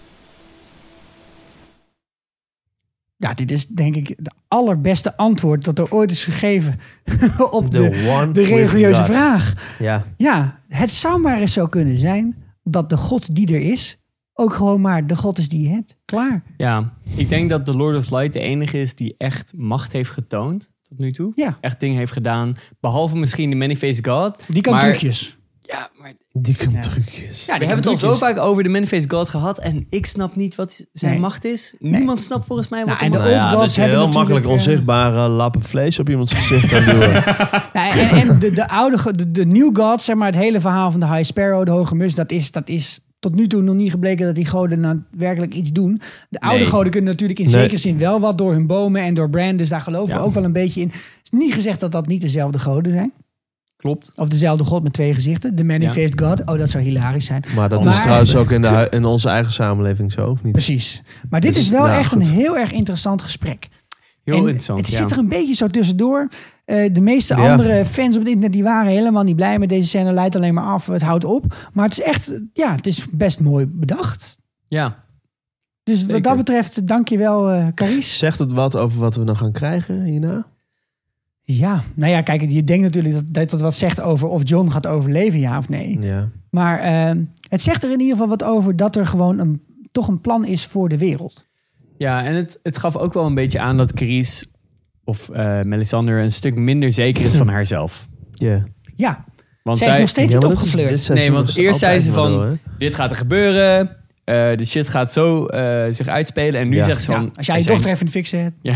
Ja, dit is denk ik de allerbeste antwoord dat er ooit is gegeven op de religieuze vraag. Ja, het zou maar eens zo kunnen zijn dat de God die er is, ook gewoon maar de God is die je hebt. Klaar. Ja, ik denk dat de Lord of Light de enige is die echt macht heeft getoond tot nu toe. Ja. Echt dingen heeft gedaan. Behalve misschien de Many-Faced God. Die kan trucjes. Ja, maar... Die kan trucjes. Ja, we hebben het al zo vaak over de Many-Faced God gehad. En ik snap niet wat zijn macht is. Niemand snapt volgens mij wat en de macht is. Old Gods dat je heel makkelijk onzichtbare lappen vlees op iemands gezicht kan duwen. En de New God, zeg maar het hele verhaal van de High Sparrow, de Hoge Mus, dat is tot nu toe nog niet gebleken dat die goden nou werkelijk iets doen. De oude goden kunnen natuurlijk in zekere zin wel wat door hun bomen en door Bran, dus daar geloven we ook wel een beetje in. Het is niet gezegd dat dat niet dezelfde goden zijn. Klopt. Of dezelfde god met twee gezichten. De Many-Faced God. Oh, dat zou hilarisch zijn. Maar dat is trouwens ook in onze eigen samenleving zo, of niet? Precies. Maar dit is wel echt een heel erg interessant gesprek. Heel interessant, het zit er een beetje zo tussendoor. De meeste andere fans op het internet die waren helemaal niet blij met deze scène. Leidt alleen maar af, het houdt op. Maar het is echt, het is best mooi bedacht. Ja. Dus wat dat betreft, dank je wel, Carice. Zegt het wat over wat we dan gaan krijgen hierna? Ja, nou ja, kijk, je denkt natuurlijk dat wat zegt over of John gaat overleven, ja of nee. Ja. Maar het zegt er in ieder geval wat over dat er gewoon toch een plan is voor de wereld. Ja, en het gaf ook wel een beetje aan dat Carice of Melisandre een stuk minder zeker is van haarzelf. Ja, want zij is nog steeds niet opgefleurd. Nee, want eerst zei ze van, dit gaat er gebeuren. De shit gaat zo zich uitspelen. En nu zegt ze van... als jij je dochter even in de fik zet. Ja.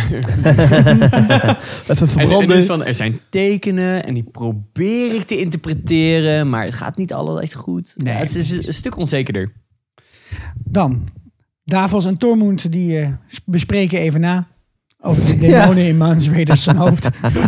Even verbranden. En dus van, er zijn tekenen en die probeer ik te interpreteren. Maar het gaat niet altijd goed. Nee, het is een stuk onzekerder. Dan, Davos en Tormund die bespreken even na. Over de demonen in Mans Raiders zijn hoofd.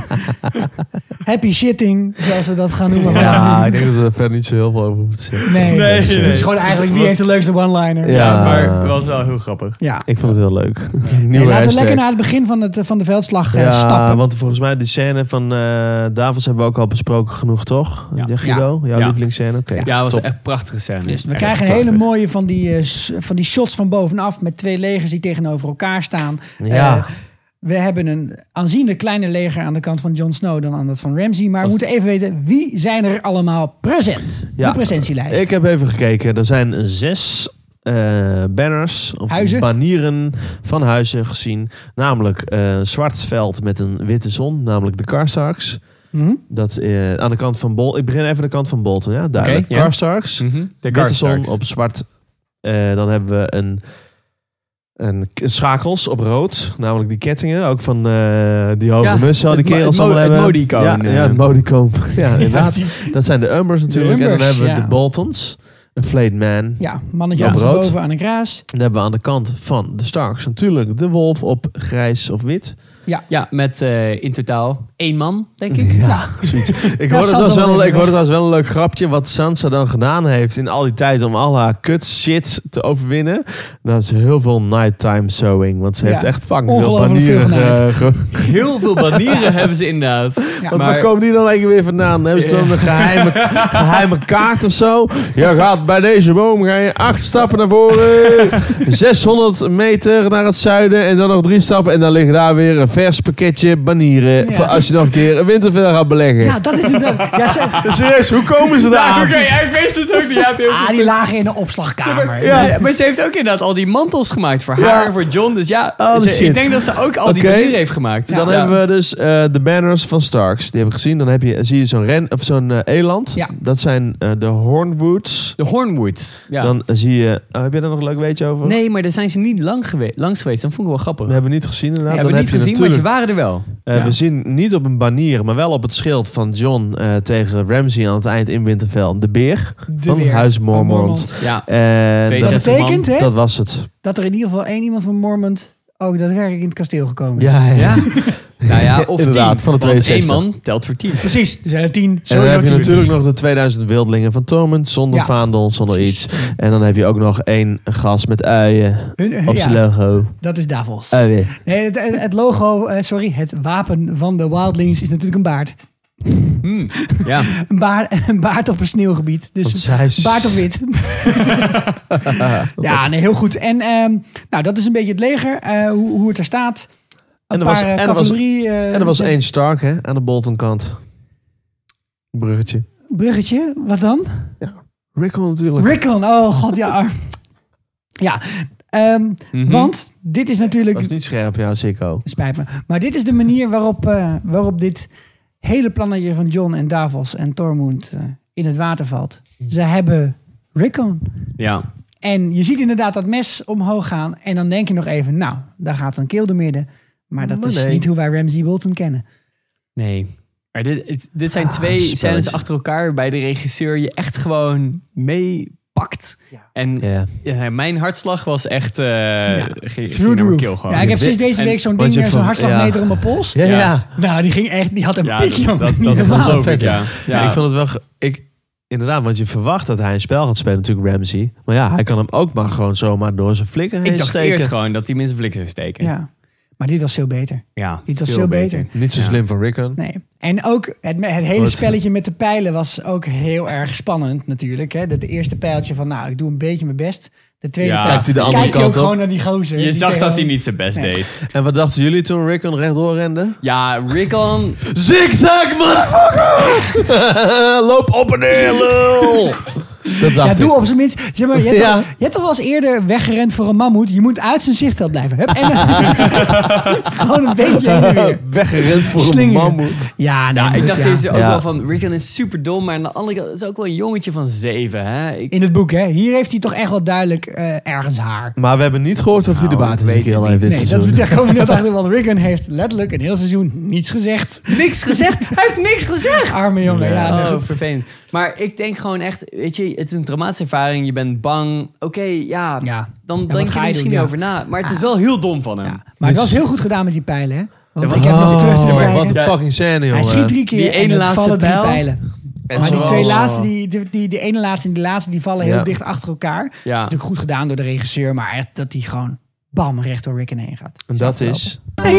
Happy shitting, zoals we dat gaan noemen. Ja, ik denk dat we er verder niet zo heel veel over moeten zeggen. Nee. Het is gewoon eigenlijk wie heeft de leukste one-liner. Ja, maar het was wel heel grappig. Ja. Ik vond het heel leuk. Laten we lekker naar het begin van de veldslag stappen. Want volgens mij die scène van Davos hebben we ook al besproken genoeg, toch? Ja. Guido, jouw lievelingsscène? Okay. Ja, dat was echt een prachtige scène. Dus we krijgen een hele mooie van die shots van bovenaf met twee legers die tegenover elkaar staan. Ja. We hebben een aanzienlijk kleiner leger aan de kant van Jon Snow dan aan dat van Ramsay. Maar we moeten even weten, wie zijn er allemaal present? De presentielijst. Ik heb even gekeken. Er zijn 6 banners of huizen? Banieren van huizen gezien. Namelijk een zwart veld met een witte zon. Namelijk de Karstarks. Dat aan de kant van Bolton. Ik begin even aan de kant van Bolton. Ja, duidelijk. Okay, Karstarks. De witte zon op zwart. Dan hebben we een schakels op rood, namelijk die kettingen, ook van die hoge mussen, die kerels allemaal hebben. Het Modico. Het Modico. Ja, inderdaad. Dat zijn de Umbers natuurlijk. En dan hebben we de Boltons, een Flayed Man. Ja, mannetje op boven aan een kraas. Dan hebben we aan de kant van de Starks natuurlijk de wolf op grijs of wit. Ja, met in totaal 1 man, denk ik. Ja, zoiets. Ik hoorde het wel een leuk grapje wat Sansa dan gedaan heeft in al die tijd om al haar kut shit te overwinnen. Dat is heel veel nighttime sewing, want ze heeft echt fucking veel banieren. Heel veel banieren hebben ze inderdaad. Ja, waar komen die dan eigenlijk weer vandaan? Hebben ze dan een geheime kaart of zo? Je gaat bij deze boom, ga je 8 stappen naar voren, 600 meter naar het zuiden en dan nog 3 stappen en dan liggen daar weer vers pakketje banieren. Ja. Voor als je nog een keer een Winterfell gaat beleggen. Ja, dat is inderdaad... Ja, Serieus, hoe komen ze daar? Oké, ik weet het ook niet. die lagen in de opslagkamer. Ja, maar ze heeft ook inderdaad al die mantels gemaakt voor haar en voor John. Dus ja, shit. ik denk dat ze ook al die manieren heeft gemaakt. Dan hebben we dus de banners van Starks. Die heb ik gezien. Dan zie je zo'n eland. Ja. Dat zijn de Hornwoods. De Hornwoods. Ja. Dan zie je... heb je daar nog een leuk weetje over? Nee, maar daar zijn ze niet langs geweest. Dat vond ik wel grappig. Dat hebben we niet gezien inderdaad. Ja, Dan hebben we heb niet je gezien, maar natuurlijk, ze waren er wel. we zien niet op een banier, maar wel op het schild van John tegen Ramsay aan het eind in Winterfell. De beer van beer Huis van Mormont. Ja. En 62 Dat betekent, hè, dat was het. dat er in ieder geval 1 iemand van Mormont ook daadwerkelijk in het kasteel gekomen is. Ja. Nou ja, of Inderdaad, 10. van de Want 62. 1 man telt voor 10. Precies, er zijn er 10. En dan Sowieso heb je 10. natuurlijk nog de 2000 wildelingen van Tormund zonder Ja. vaandel, zonder Precies. iets. En dan heb je ook nog 1 gast met uien op zijn logo. Dat is Davos. Uien. Nee, het logo, het wapen van de Wildlings is natuurlijk een baard. Ja. Een baard op een sneeuwgebied. Want Dus zij is- baard of wit. Ja, nee, heel goed. En nou, dat is een beetje het leger, hoe het er staat. Een En er was- paar en er was- cavalerie. En er was 1 Stark aan de Bolton-kant. Bruggetje. Bruggetje, wat dan? Rickon natuurlijk. Rickon, oh god, ja. arm. Ja, want dit is natuurlijk... Dat was niet scherp, ja, Sikko. Spijt me. Maar dit is de manier waarop dit hele plannetje van Jon en Davos en Tormund in het water valt. Ze hebben Rickon. Ja. En je ziet inderdaad dat mes omhoog gaan. En dan denk je nog even, nou, daar gaat een keel door midden. Maar dat is niet hoe wij Ramsay Bolton kennen. Nee. Maar dit zijn 2 spelletje. scènes achter elkaar waarbij de regisseur je echt gewoon meepakt. Ja. En Ja. mijn hartslag was echt ging Through the naar mijn roof. keel gewoon. Ja, ik heb sinds deze En- week zo'n want ding, je zo'n van- hartslagmeter om mijn pols. Ja. Nou, die had een Ja, piek, jongen. dat Niet normaal. geloof ik, vet, ja. Ja, ik vond het wel... Inderdaad, want je verwacht dat hij een spel gaat spelen, natuurlijk Ramsay. Maar ja, hij kan hem ook maar gewoon zomaar door zijn flikker heen Ik dacht steken. eerst gewoon dat hij mensen flik zou steken. Ja. Maar dit was veel beter. Ja, Dit was veel veel beter. Niet zo slim van Rickon. Nee. En ook het hele Wat? spelletje met de pijlen was ook heel erg spannend natuurlijk. Hè? Dat de eerste pijltje van, nou, ik doe een beetje mijn best. De tweede Ja. pijl, Kijkt hij de andere kijk je kant ook op? gewoon naar die gozer. Je die zag tegen- dat hij niet zijn best Nee. deed. En wat dachten jullie toen Rickon rechtdoor rende? Ja, Rickon... Zigzag, motherfucker! Loop op en neer, lul! Dat Ja, dacht doe ik. op zijn minst. Zeg maar, je hebt toch wel eens eerder weggerend voor een mammoet. Je moet uit zijn zichtveld blijven. Hup, en gewoon een beetje heen en weer. Weggerend voor een Slingeren. mammoet. Ja, nee, Ja, ik dacht ja. deze ook Ja. wel van... Rickon is super dom, maar aan de andere kant... is ook wel een jongetje van 7, hè? In het boek, hè. Hier heeft hij toch echt wel duidelijk ergens haar. Maar we hebben niet gehoord of hij de Nou, baard ik in zijn weet keel het heeft dit Nee, seizoen. daar komen we net achter. Want Rickon heeft letterlijk een heel seizoen niets gezegd. Niks gezegd! Hij heeft niks gezegd! Arme jongen. Ja, nee, Oh, goed. vervelend. Maar ik denk gewoon echt... Weet je, het is een traumatische ervaring. Je bent bang. Oké, ja. Ja. Dan wat denk je ga er je misschien doen, ja. over na. Maar het is wel heel dom van hem. Ja. Maar het was heel goed gedaan met die pijlen, hè. Want Dat ik was- heb nog terug zitten Oh, kijken. Wat een Ja. fucking scène, jongen. Hij schiet 3 keer Die en ene het laatste vallen 3 pijl. pijlen. En Maar die zoals- 2 laatste, die ene laatste en die laatste, die vallen heel Ja. dicht achter elkaar. Dat is Ja. natuurlijk goed gedaan door de regisseur, maar echt dat hij gewoon bam recht door Rickon heen gaat. En dat is...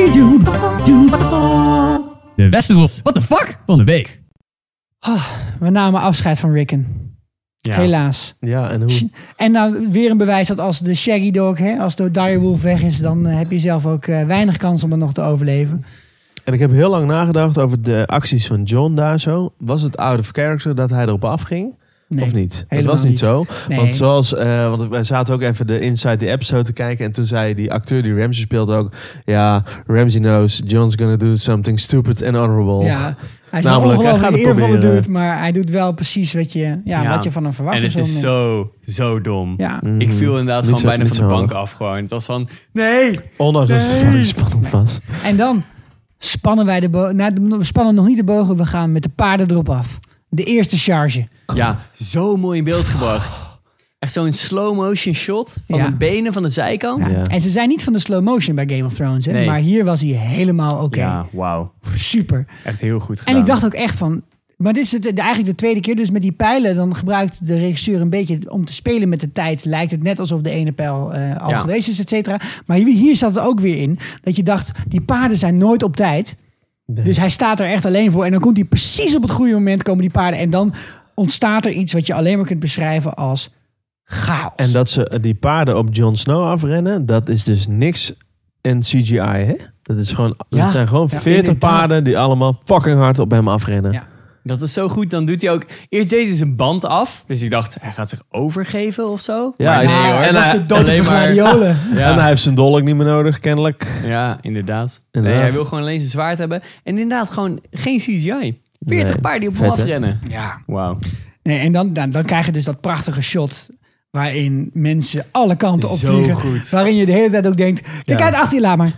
De Westeros, what the fuck, van de week. We namen afscheid van Rickon. Ja. Helaas. Ja, en hoe... En nou weer een bewijs dat als de Shaggy Dog, hè, als de Direwolf weg is, dan heb je zelf ook weinig kans om er nog te overleven. En ik heb heel lang nagedacht over de acties van John daar zo. Was het out of character dat hij erop afging? Nee, Of niet? Het helemaal was niet niet. zo. Nee. Want zoals, want wij zaten ook even de Inside the Episode te kijken. En toen zei die acteur die Ramsay speelt ook... Ja, Ramsay knows John's gonna do something stupid and honorable. Ja, hij is Namelijk, een hij gaat ongelooflijk het eervolle proberen. dude, maar hij doet wel precies wat je van hem verwacht. En op het is zo'n moment. zo dom. Ja. Ik viel inderdaad Niet gewoon zo- bijna niet van de zo bank hoog. af gewoon. Het was van... Nee! Ondanks dat het Nee. fucking spannend was. En dan spannen wij we spannen nog niet de bogen, we gaan met de paarden erop af. De eerste charge. Ja, zo mooi in beeld gebracht. Echt zo'n slow motion shot van Ja. de benen van de zijkant. Ja. Ja. En ze zijn niet van de slow motion bij Game of Thrones, hè? Nee. Maar hier was hij helemaal oké. Ja, wauw. Super. Echt heel goed gedaan. En ik dacht ook echt van... Maar dit is eigenlijk de tweede keer. Dus met die pijlen, dan gebruikt de regisseur een beetje... om te spelen met de tijd, lijkt het net alsof de ene pijl al Ja. geweest is, et cetera. Maar hier zat het ook weer in. Dat je dacht, die paarden zijn nooit op tijd. Dus hij staat er echt alleen voor. En dan komt hij precies op het goede moment, komen die paarden. En dan ontstaat er iets wat je alleen maar kunt beschrijven als chaos. En dat ze die paarden op Jon Snow afrennen, dat is dus niks in CGI, hè? Dat is gewoon, Ja. het zijn gewoon 40 inderdaad. paarden die allemaal fucking hard op hem afrennen. Ja. Dat is zo goed. Dan doet hij ook... Eerst deed hij zijn band af. Dus ik dacht, hij gaat zich overgeven of zo. Ja, Maar nee ja, hoor. Het en was hij- de dood alleen van maar- gladiolen. Ja. En hij heeft zijn dolk niet meer nodig, kennelijk. Ja, inderdaad. Inderdaad. Nee, hij wil gewoon alleen zijn zwaard hebben. En inderdaad gewoon geen CGI. 40 Nee, paarden die op hem vet, hè? afrennen. Ja. Wauw. Nee, en dan krijg je dus dat prachtige shot waarin mensen alle kanten Zo opvliegen. goed. Waarin je de hele tijd ook denkt, kijk uit achter je, laat maar.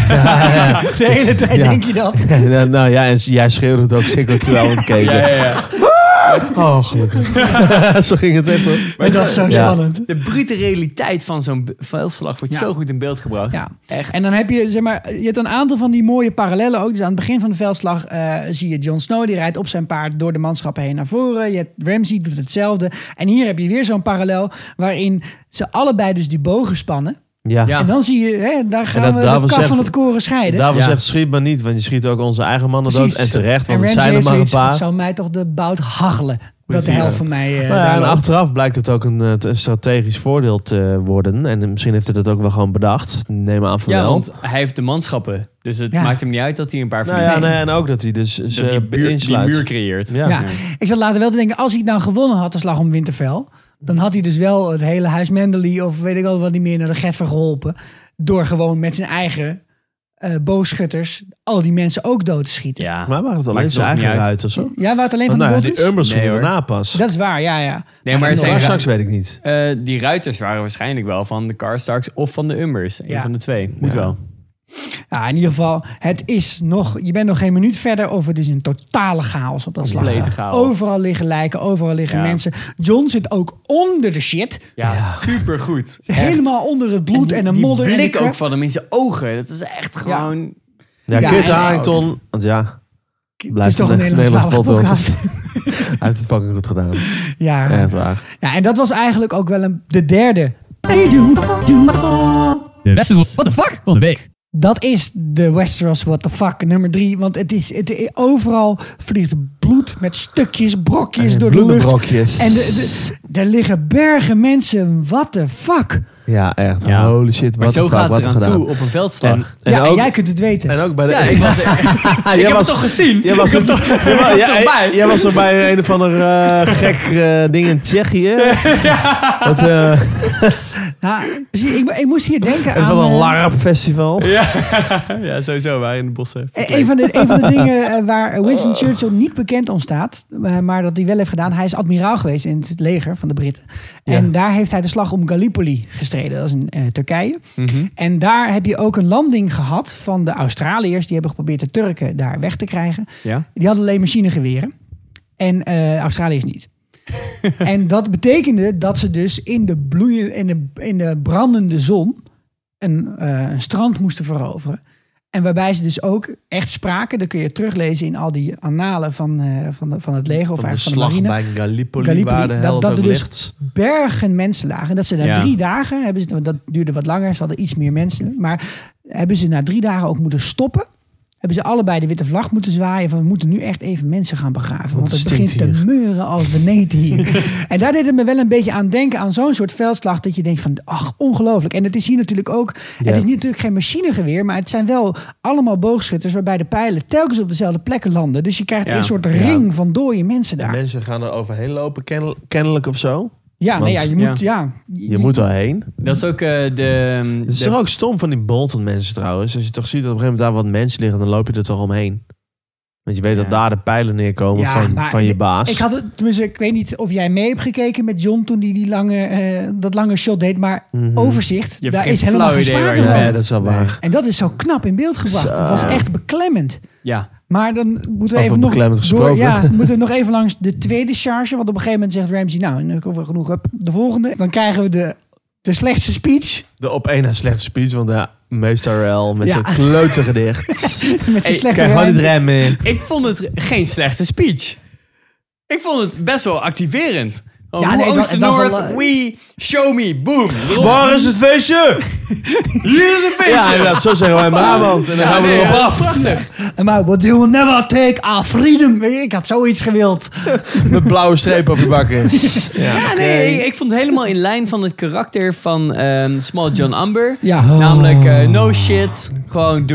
De hele tijd Ja. denk je dat. Ja, nou ja, en jij schreeuwde het ook zeker terwijl we het keken. Ja. Oh, gelukkig. Zo ging het echt, hoor. Maar het was zo Ja. spannend. De brute realiteit van zo'n veldslag wordt Ja. zo goed in beeld gebracht. Ja. Echt. En dan heb je, zeg maar, je hebt een aantal van die mooie parallellen ook. Dus aan het begin van de veldslag zie je Jon Snow, die rijdt op zijn paard door de manschappen heen naar voren. Je hebt Ramsay, doet hetzelfde. En hier heb je weer zo'n parallel waarin ze allebei dus die bogen spannen. Ja. Ja. En dan zie je, hè, daar gaan dat we de Davos kaf zegt- van het koren scheiden. Daarvoor Ja. zegt schiet maar niet, want je schiet ook onze eigen mannen dood. Precies. En terecht, want en het Ramsay zijn er heeft maar een zoiets, het paar. zou mij toch de bout hachelen. Dat de Precies. helft van mij Nou ja, daar en loopt. achteraf blijkt het ook een strategisch voordeel te worden. En misschien heeft hij dat ook wel gewoon bedacht. Neem aan van Ja, wel. want hij heeft de manschappen. Dus het Ja. maakt hem niet uit dat hij een paar Nou verliest. ja, nee, en ook dat hij dus Dat ze die insluit. muur creëert. Ja. Ja. Ik zat later wel te denken, als hij het nou gewonnen had, de slag om Winterfell, dan had hij dus wel het hele huis Mendeley of weet ik al wat niet meer naar de Getver geholpen. Door gewoon met zijn eigen boogschutters al die mensen ook dood te schieten. Ja. Maar waren het alleen Maakt zijn nog niet eigen uit. ruiters, hoor? Ja, waar het alleen Oh, van nou, de ja, bot die is? Umbers Nee, gingen hoor. daarna pas. Dat is waar, ja. Nee, maar zijn Maar straks weet ik niet. die ruiters waren waarschijnlijk wel van de Karstarks of van de Umbers. Eén Ja. van de twee. Moet Ja. wel. Ja, in ieder geval, je bent nog geen minuut verder of het is een totale chaos op dat Complete slagveld. chaos. Overal liggen lijken, overal liggen Ja. mensen. John zit ook onder de shit. Ja, supergoed. Helemaal onder het bloed en de die modder. blik likken. ook van hem in zijn ogen. Dat is echt gewoon... Ja, Ja, Kit en- Harington. Want ja, Het is toch een Nederlands-Talige podcast. Hij heeft het fucking goed gedaan. Ja. Echt waar. Ja, en dat was eigenlijk ook wel de derde. De Westeros What the fuck van de week. Dat is de Westeros What the fuck nummer 3. Want overal vliegt bloed met stukjes, brokjes door de lucht. Bloedenbrokjes. En er liggen bergen mensen. What the fuck? Ja, echt. Ja. Holy shit. Maar Wat zo een fuck, gaat wat het er eraan gedaan. toe op een veldslag. En En ook, jij kunt het weten. en ook bij de... Ja, ik was... ik heb het toch gezien? Jij was, Ik heb toch- erbij. jij was er bij een of ander gek ding in Tsjechië. Wat, Nou, precies, ik moest hier denken en aan... van een LARP-festival. Ja, sowieso. Waar in de bossen. Een van de dingen waar Winston Churchill niet bekend om staat, maar dat hij wel heeft gedaan. Hij is admiraal geweest in het leger van de Britten. Ja. En daar heeft hij de slag om Gallipoli gestreden. Dat is in Turkije. Mhm. En daar heb je ook een landing gehad van de Australiërs. Die hebben geprobeerd de Turken daar weg te krijgen. Ja? Die hadden alleen machinegeweren. En Australiërs niet. En dat betekende dat ze dus in de brandende zon een strand moesten veroveren. En waarbij ze dus ook echt spraken, dat kun je teruglezen in al die annalen van het leger of Van de eigenlijk van de slag marine. bij Gallipoli, Gallipoli, waar de dat held ook er dus ligt. bergen mensen lagen. En dat ze na Ja. 3 dagen, want dat duurde wat langer, ze hadden iets meer mensen. Maar hebben ze na 3 dagen ook moeten stoppen. Hebben ze allebei de witte vlag moeten zwaaien van we moeten nu echt even mensen gaan begraven. Want het begint stinkt te meuren als beneden hier. En daar deed het me wel een beetje aan denken aan zo'n soort veldslag dat je denkt van ach, ongelooflijk. En het is hier natuurlijk ook, Ja. het is natuurlijk geen machinegeweer, maar het zijn wel allemaal boogschutters waarbij de pijlen telkens op dezelfde plekken landen. Dus je krijgt Ja. een soort ring van dode mensen daar. Mensen gaan er overheen lopen, kennelijk of zo. Ja, nee, ja, Want- je moet, ja. Je moet er heen. Dat is ook Het is toch ook stom van die Bolton mensen trouwens. Als je toch ziet dat op een gegeven moment daar wat mensen liggen, dan loop je er toch omheen. Want je weet Ja. dat daar de pijlen neerkomen Ja, maar van je baas. Ik had het, tenminste, ik weet niet of jij mee hebt gekeken met John toen die dat lange shot deed, maar Mhm. overzicht, Je hebt daar geen is helemaal flauw geen idee waar sprake je van. Ja, dat is wel waar. En dat is zo knap in beeld gebracht. Zo. Het was echt beklemmend. Ja. Maar dan moeten we Over even nog beklemmend gesproken. moeten we nog even langs de tweede charge. Want op een gegeven moment zegt Ramsay, nou, nu hebben we genoeg. Hup, de volgende. Dan krijgen we de slechtste speech. De op één na slechte speech, want ja, meester Rel met Ja. zijn klote gedicht. Met zijn Hey, slechte Krijg gewoon rijm. niet remmen. Ik vond het geen slechte speech. Ik vond het best wel activerend. Ja, Ja, nee, het was- Oosten, het was Noord, wel, we, show me, boom. Waar is het feestje? Hier is een feestje. Ja, inderdaad, zo zeggen wij in Brabant. En dan gaan we nee, erop ja, af. Prachtig. Maar but you will never take our freedom. Ik had zoiets gewild. Met blauwe streep op je bakkes. Ja, nee, ik vond het helemaal in lijn van het karakter van Small John Amber. Ja. Namelijk, no shit, gewoon doen.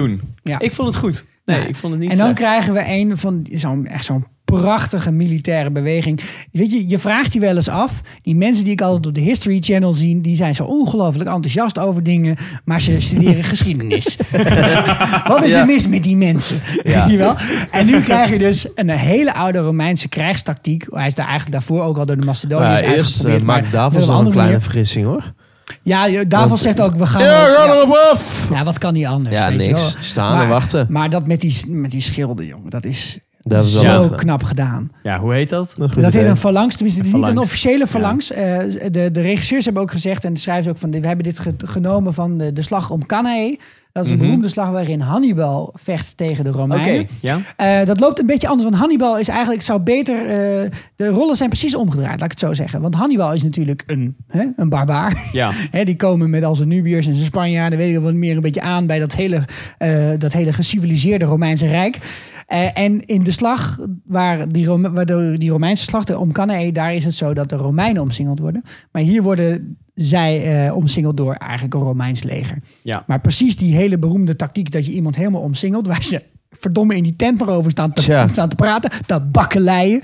Ja. Ik vond het goed. Nee, Ja. ik vond het niet En dan slecht. krijgen we een van zo'n prachtige militaire beweging. Weet je vraagt je wel eens af. Die mensen die ik altijd op de History Channel zie, die zijn zo ongelooflijk enthousiast over dingen, maar ze studeren geschiedenis. Wat is er mis met die mensen? Weet je wel? En nu krijg je dus een hele oude Romeinse krijgstactiek. Hij is daar eigenlijk daarvoor ook al door de Macedoniërs Eerst uitgeprobeerd. maakt Davos op nog een andere kleine manier. vergissing hoor. Ja, Davos zegt ook, we gaan... Ja, ook- ga ja. erop af! Ja, wat kan die anders? Ja, weet je niks. wel? Staan en wachten. Maar dat met die schilden, jongen, dat is Dat is wel zo leuk. knap gedaan. Ja, hoe heet dat? Een goed Dat heet idee. een phalanx, tenminste het is niet een Phalanx. officiële phalanx. De regisseurs hebben ook gezegd, en de schrijvers ook, van we hebben dit genomen van de slag om Cannae. Dat is een beroemde slag waarin Hannibal vecht tegen de Romeinen. Oké, ja. Dat loopt een beetje anders, want Hannibal is eigenlijk, zou beter... de rollen zijn precies omgedraaid, laat ik het zo zeggen. Want Hannibal is natuurlijk een barbaar. Ja. Die komen met al zijn Nubiërs en zijn Spanjaarden, weet ik wel, meer een beetje aan bij dat hele geciviliseerde Romeinse Rijk. En in de slag, waar die Romeinse slag om Cannae, daar is het zo dat de Romeinen omsingeld worden. Maar hier worden zij omsingeld door eigenlijk een Romeins leger. Ja. Maar precies die hele beroemde tactiek dat je iemand helemaal omsingelt, waar ze verdomme in die tent nog over staan te praten, dat bakkeleien.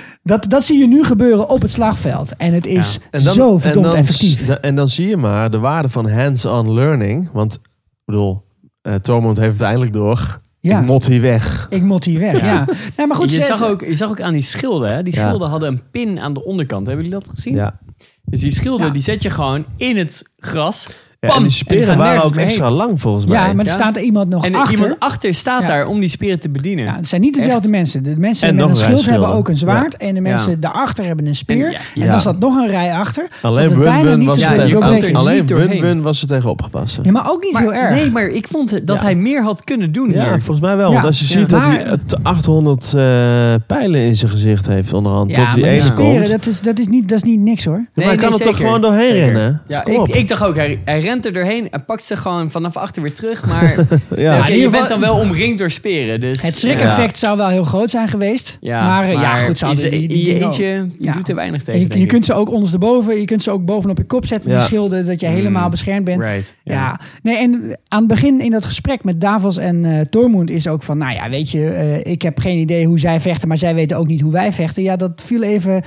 Dat zie je nu gebeuren op het slagveld. En het is zo verdomd effectief. En dan zie je maar de waarde van hands-on learning. Want, ik bedoel, Tormund heeft het eindelijk door. Ja. Ik mot hier weg. Ik mot hier weg, ja. Nee, maar goed, Je zag ook aan die schilden. Hè? Die schilden hadden een pin aan de onderkant. Hebben jullie dat gezien? Ja. Dus die schilden die zet je gewoon in het gras. Ja, Bam, en die en speren gaan waren nergens ook meer extra heen. lang volgens mij. Ja, maar er staat er iemand nog En achter. iemand achter staat daar om die speren te bedienen. Ja, het zijn niet dezelfde mensen. De mensen En met nog een een schild rij hebben schilden. ook een zwaard. Ja. En de mensen daarachter hebben een speer. En En dan staat nog een rij achter. Alleen zodat het bijna Wun-Wun niet was, te er tegen- doorbreken is. niet doorheen. Wun-Wun was er tegen opgepast. Ja, maar ook niet heel erg. Nee, maar ik vond dat hij meer had kunnen doen Ja, hier. volgens mij wel. Ja. Want als je Ja. ziet dat Maar- hij 800 pijlen in zijn gezicht heeft onderhand. Ja, tot die maar die ene speren, komt. dat is niet niks hoor. Maar hij kan er toch zeker. gewoon doorheen Zeker. rennen? Ja, Kom op. ik dacht ook, hij rent er doorheen en pakt ze gewoon vanaf achter weer terug. Maar Ja. oké, in je ieder bent geval- dan wel omringd door speren. Dus, Het schrikeffect zou wel heel groot zijn geweest. Maar goed, ze hadden die in je dingen ook. eentje, je Ja. doet er weinig En tegen, je denk ik. kunt ze ook ondersteboven, je kunt ze ook bovenop je kop zetten, Ja. die schilden, dat je helemaal beschermd bent. Right, Ja. Nee, en aan het begin in dat gesprek met Davos en Tormund is ook van, nou ja, weet je, ik heb geen idee hoe zij vechten, maar zij weten ook niet hoe wij vechten. Ja, dat viel even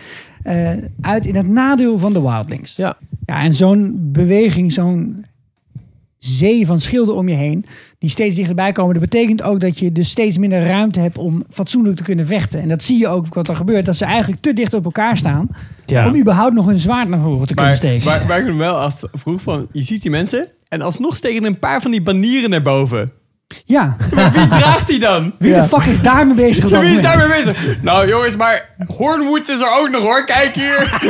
uit in het nadeel van de Wildlings. Ja. Ja, en zo'n beweging, zo'n zee van schilden om je heen, die steeds dichterbij komen, dat betekent ook dat je dus steeds minder ruimte hebt om fatsoenlijk te kunnen vechten. En dat zie je ook wat er gebeurt, dat ze eigenlijk te dicht op elkaar staan om überhaupt nog hun zwaard naar voren te kunnen steken. Waar ik me wel af vroeg van, je ziet die mensen en alsnog steken een paar van die banieren naar boven. Ja. Maar wie draagt die dan? Wie de fuck is daarmee bezig op dat Wie is moment? daarmee bezig? Nou jongens, maar Hornwood is er ook nog hoor, kijk hier.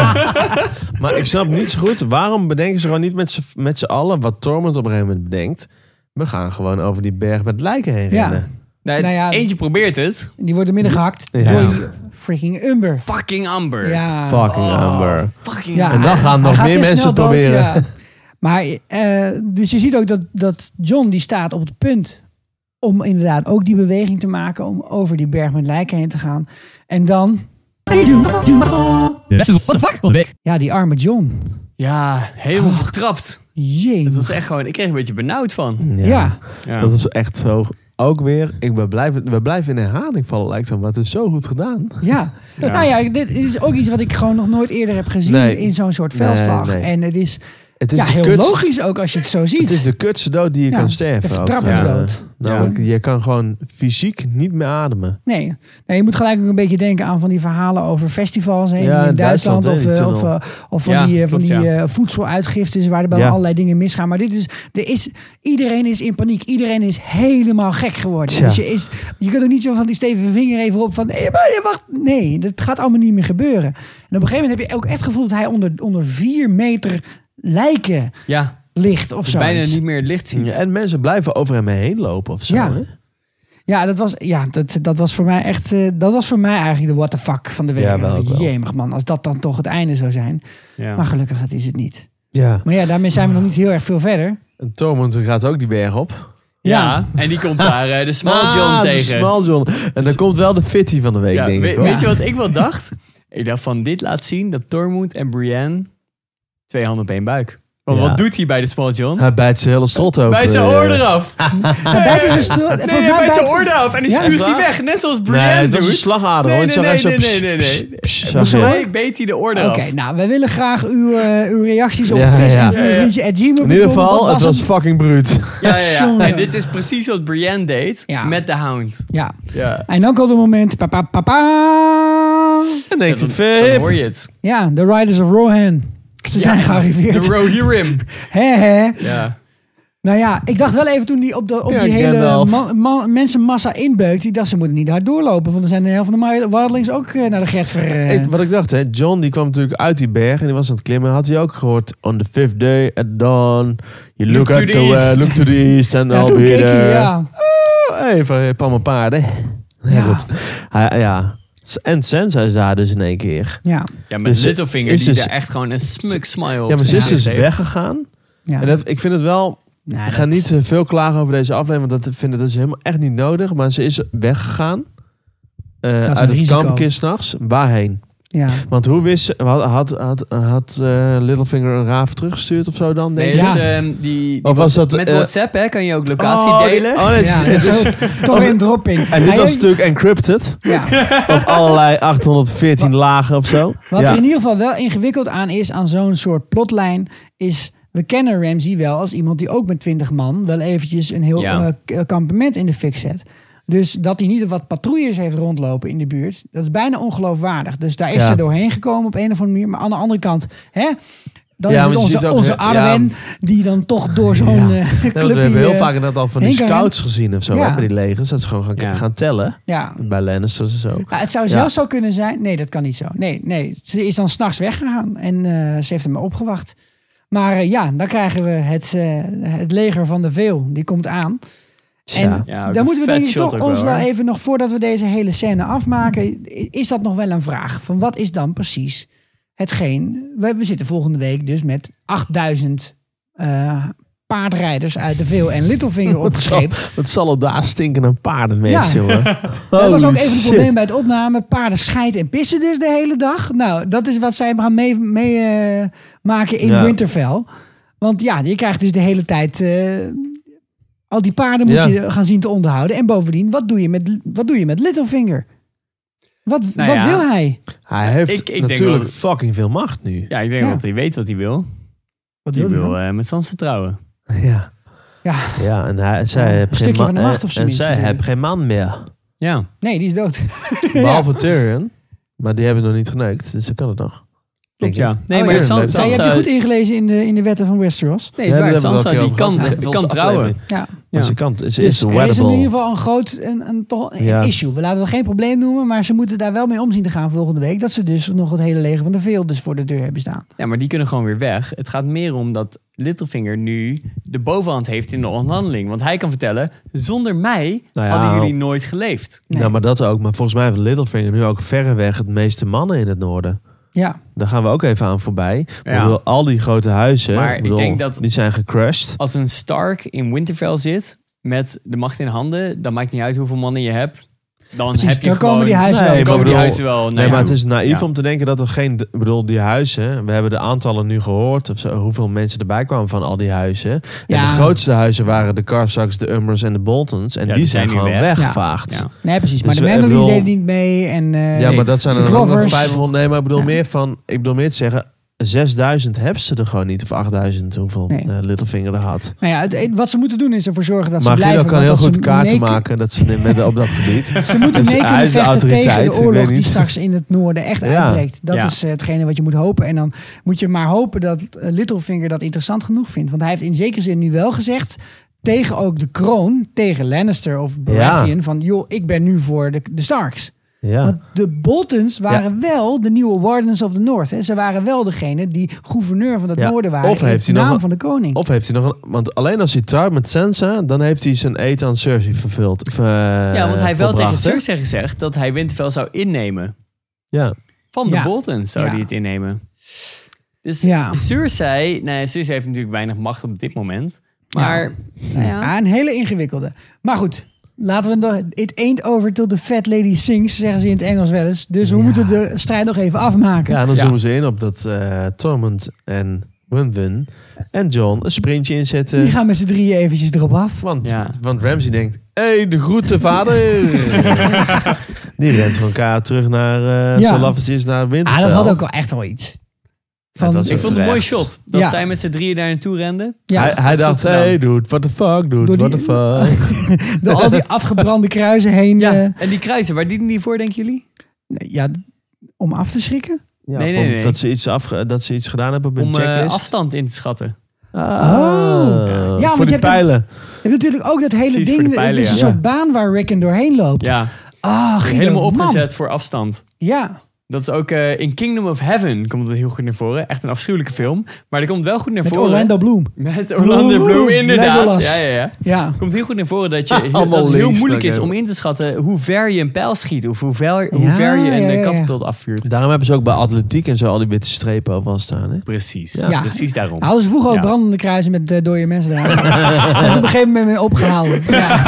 Maar ik snap niet zo goed, waarom bedenken ze gewoon niet met z'n allen, wat Tormund op een gegeven moment bedenkt, we gaan gewoon over die berg met lijken heen Ja. rennen. Nee, Nou ja, eentje probeert het. Die worden midden gehakt Ja. door die freaking Umber. Fucking Amber. Ja. Fucking Amber. Fucking Ja, En dan gaan hij nog gaat meer te mensen snel dood, proberen. ja. Maar, dus je ziet ook dat John die staat op het punt om inderdaad ook die beweging te maken om over die berg met lijken heen te gaan. En dan... De beste what the fuck van de week. Ja, die arme John. Ja, helemaal vertrapt. Jee. Het was echt gewoon, ik kreeg een beetje benauwd van. Ja. Ja. Dat is echt zo. Ook weer, we blijven in herhaling vallen lijkt het, maar het is zo goed gedaan. Ja. Ja. Nou ja, dit is ook iets wat ik gewoon nog nooit eerder heb gezien Nee. in zo'n soort veldslag. Nee. En het is Het is ja, de heel kutste- logisch ook als je het zo ziet. Het is de kutste dood die je Ja, kan sterven. de ook. vertrappingsdood. Namelijk, je kan gewoon fysiek niet meer ademen. Nee, je moet gelijk ook een beetje denken aan van die verhalen over festivals Ja, die in in Duitsland Duitsland, hè, die tunnel. of van Ja, die, klopt, voedseluitgiftes waar er bij Ja. allerlei dingen misgaan. Maar iedereen is in paniek. Iedereen is helemaal gek geworden. Tja. Dus je kunt ook niet zo van die Steven vinger even op van maar wacht. Nee, dat gaat allemaal niet meer gebeuren. En op een gegeven moment heb je ook echt het gevoel dat hij onder 4 meter lijken Ja, ligt of dus zo. bijna niet meer het licht ziet. Ja, en mensen blijven over hem heen lopen of zo. Ja. Hè? Ja, dat was voor mij echt... dat was voor mij eigenlijk de what the fuck van de week. Ja, wel ook wel. Jemig man, als dat dan toch het einde zou zijn. Ja. Maar gelukkig, dat is het niet. Ja. Maar ja, daarmee zijn we nog niet heel erg veel verder. En Tormund gaat ook die berg op. Ja, en die komt daar de Small John Ah, tegen. De Small John. En dan komt wel de fitty van de week, Ja, denk ik. hoor. weet je wat ik wel dacht? Ik dacht van, dit laat zien dat Tormund en Brienne 2 handen op 1 buik. Want Ja. wat doet hij bij de Small John? Hij bijt zijn hele strot open. Bijt zijn oor eraf. Hij bijt dus een stroot. Nee, hij bijt zijn oor eraf en die Ja, spuugt echt hij waar? weg. Net zoals Nee, Brienne het was doet. een slagader. hoor. Nee, Ik zag nee, echt zo... nee. Volgens zag je. mij beet hij de oor eraf. Oké, nou, wij willen graag uw reacties op Ja, vis ja. en vuurvriendje@gmail.com. In ieder geval, Wat het was fucking bruut. Ja. Jongen. En dit is precies wat Brienne deed Ja. met de Hound. Ja. Ja. En dan komt het moment. En denkt Dan hij, hoor je het. Ja, de Riders of Rohan. Ze zijn gearriveerd. De Rohirrim. Hè. Ja. Nou ja, ik dacht wel even toen die op Ja, die hele Gandalf. mensenmassa inbeukt. Ik dacht, ze moeten niet hard doorlopen. Want er zijn de helft van de wildlings ook naar de Getver. Wat ik dacht, hè, John die kwam natuurlijk uit die berg en die was aan het klimmen. Had hij ook gehoord, on the 5th day at dawn, you look to at the the east. look to the east and Ja, I'll toen be keek there. hij, ja. Even op mijn paarden. Ja, Ja. goed. Ja. En Sansa is daar dus in één keer. Ja. Ja, met Dus, Littlefinger is die dus- daar echt gewoon een smug smile op Ja, maar ze zijn is dus gezicht heeft. weggegaan. Ja. En dat, ik vind het wel... Nou, Ik ga niet te veel klagen over deze aflevering, want dat vind ik dus helemaal echt niet nodig. Maar ze is weggegaan. is Uit een het risico. kampje 's nachts. Waarheen? Ja. Want hoe wist ze... Had Littlefinger een raaf teruggestuurd of zo dan? Nee, denk je? dus, die Of was dat, met WhatsApp hè, kan je ook locatie Oh, delen. nee, Ja, het is- toch weer een dropping. En dit Maar was je- natuurlijk encrypted. ja. Op allerlei 814 lagen of zo. Wat Ja. er in ieder geval wel ingewikkeld aan is, aan zo'n soort plotlijn, is... We kennen Ramsay wel als iemand die ook met 20 man wel eventjes een heel Ja. kampement in de fik zet. Dus dat hij niet wat patrouilles heeft rondlopen in de buurt, dat is bijna ongeloofwaardig. Dus daar is Ja. ze doorheen gekomen op een of andere manier. Maar aan de andere kant, hè, dan Ja, is maar het je ziet ook, onze ja. Arwen die dan toch door zo'n Ja. clubje... Nee, want we hebben heel vaak inderdaad al van die heen kan scouts gezien of zo. Ja. Hè, bij die legers. Dat ze gewoon Ja. gaan tellen. Ja. Bij Lannisters en zo. Ja, het zou zelfs zo kunnen zijn... Nee, dat kan niet zo. Nee. Ze is dan 's nachts weggegaan en ze heeft hem opgewacht. Maar ja, dan krijgen we het leger van de Veil. Die komt aan. En Ja, ook dan een moeten we vet denk ik shot toch ook ons wel, wel hoor. even nog, voordat we deze hele scène afmaken, is dat nog wel een vraag. Van wat is dan precies hetgeen... We zitten volgende week dus met 8000 paardrijders uit de Veil en Littlefinger opgescheept. Wat zal het daar stinken aan paardenmest, Ja. jongen. Dat was ook Holy even het shit. probleem bij het opnemen. Paarden scheiden en pissen dus de hele dag. Nou, dat is wat zij gaan meemaken in Ja. Winterfell. Want ja, je krijgt dus de hele tijd... al die paarden moet Ja. je gaan zien te onderhouden. En bovendien, wat doe je met Littlefinger? Wat Nou ja. wil hij? Hij heeft Ik denk natuurlijk wel- fucking veel macht nu. Ja, ik denk Ja. dat hij weet wat hij wil. Wat Die wil hij wil dan? met Sansa trouwen. Ja. Ja, Ja, en zij Een heeft stukje geen van de macht op zijn en minst zij natuurlijk. heeft geen man meer. Ja. nee, die is dood. Behalve Tyrion. Maar die hebben nog niet geneukt. Dus dat kan het nog. Klopt, Denk ik. ja. Nee, Oh, maar ja. Sansa... Ja, je hebt je goed ingelezen in de wetten van Westeros. Nee, is Ja, waar. daar hebben we Sansa het ook die over kan, gehad. die Onze kan trouwen. aflevering. Ja. Maar Ja. ze kan, ze Dus is er is in weddable. ieder geval een groot toch Ja. issue. We laten het geen probleem noemen, maar ze moeten daar wel mee om zien te gaan volgende week. Dat ze dus nog het hele leger van de Veil dus voor de deur hebben staan. Ja, maar die kunnen gewoon weer weg. Het gaat meer om dat Littlefinger nu de bovenhand heeft in de onderhandeling. Want hij kan vertellen, zonder mij Nou ja, hadden jullie nooit geleefd. Nee. Nou, maar dat ook. Maar volgens mij heeft Littlefinger nu ook verreweg het meeste mannen in het noorden. Ja, Daar gaan we ook even aan voorbij. Ja. Ik bedoel, al die grote huizen, Maar ik denk dat- die zijn gecrushed. Als een Stark in Winterfell zit met de macht in handen, dan maakt niet uit hoeveel mannen je hebt. Dan precies. heb je Dan gewoon... komen die huizen Nee, wel. maar komen die bedoel- huizen wel naar Nee, je maar het toe. is naïef Ja. om te denken dat er geen... Ik bedoel, die huizen... We hebben de aantallen nu gehoord. Of zo, hoeveel mensen erbij kwamen van al die huizen. En Ja. de grootste huizen waren de Karsaks, de Umbers en de Boltons. En Ja, die die zijn zijn nu gewoon weg. weggevaagd. Ja. Nee, precies. Maar Dus de we- Mandalorians ik bedoel- deden niet mee. En, Ja, maar dat zijn de er nog Glovers. 500. Nee, maar ik bedoel Ja. meer van... Ik bedoel meer te zeggen... 6000 hebben ze er gewoon niet. Of 8000, hoeveel Nee. Littlefinger er had. Nou ja, wat ze moeten doen is ervoor zorgen dat Maar ze Guido blijven. kan heel want dat goed ze kaarten mee- maken. Dat ze op dat gebied. Ze moeten Dus mee hij kunnen is de vechten tegen autoriteit, de ik weet oorlog die niet. straks in het noorden echt Ja. uitbreekt. Dat Ja. is hetgene wat je moet hopen. En dan moet je maar hopen dat Littlefinger dat interessant genoeg vindt. Want hij heeft in zekere zin nu wel gezegd, tegen ook de kroon, tegen Lannister of Baratheon, van joh, ik ben nu voor de Starks. Ja. Want de Boltons waren wel de nieuwe Wardens of the North. Hè. Ze waren wel degene die gouverneur van het Ja, noorden waren. of heeft in hij nog naam een- van de koning. Of heeft hij nog een... Want alleen als hij trouwt met Sansa... dan heeft hij zijn eed aan Cersei vervuld. Ja, want hij heeft wel tegen volbracht, hè? Cersei gezegd dat hij Winterfell zou innemen. Ja. Van de Ja. Boltons zou Ja. hij het innemen. Dus Ja. Cersei heeft natuurlijk weinig macht op dit moment. Maar, nou ja. Ja, een hele ingewikkelde. Maar goed, laten we nog... It ain't over till the fat lady sings, zeggen ze in het Engels wel eens. Dus we moeten de strijd nog even afmaken. Ja, en dan Ja. zoomen ze in op dat Tormund en Win-win. En John een sprintje inzetten. Die gaan met z'n drieën eventjes erop af. Want Ramsay denkt... Hey, de groete vader. Die rent van elkaar terug naar... zo laf het is naar Winterfell. Dat had ook wel echt wel iets. Ik vond het een mooi shot. Dat zij met z'n drieën daar naartoe renden. Ja, hij dacht, hey dude, what the fuck, dude, what the fuck. Door al die afgebrande kruisen heen. Ja, en die kruisen, waar dienen die voor, denken jullie? Ja, om af te schrikken? Ja, nee. Dat ze iets gedaan hebben op een checklist. Om afstand in te schatten. Ja, voor die pijlen. Je hebt natuurlijk ook dat hele ding. Het is een soort baan waar Rickon doorheen loopt. Ja. Helemaal opgezet voor afstand. Ja. Dat is ook in Kingdom of Heaven komt het heel goed naar voren. Echt een afschuwelijke film. Maar die komt wel goed naar voren. Met Orlando Bloom. Met Orlando Bloom, inderdaad. Ja. Komt heel goed naar voren dat het heel moeilijk is om in te schatten hoe ver je een pijl schiet. Of hoe ver je een katapult afvuurt. Daarom hebben ze ook bij atletiek en zo al die witte strepen overal staan. Hè? Precies. Ja. Precies daarom. Hadden ze vroeger ook brandende kruisen met dode mensen daar. Zijn ze op een gegeven moment mee opgehouden.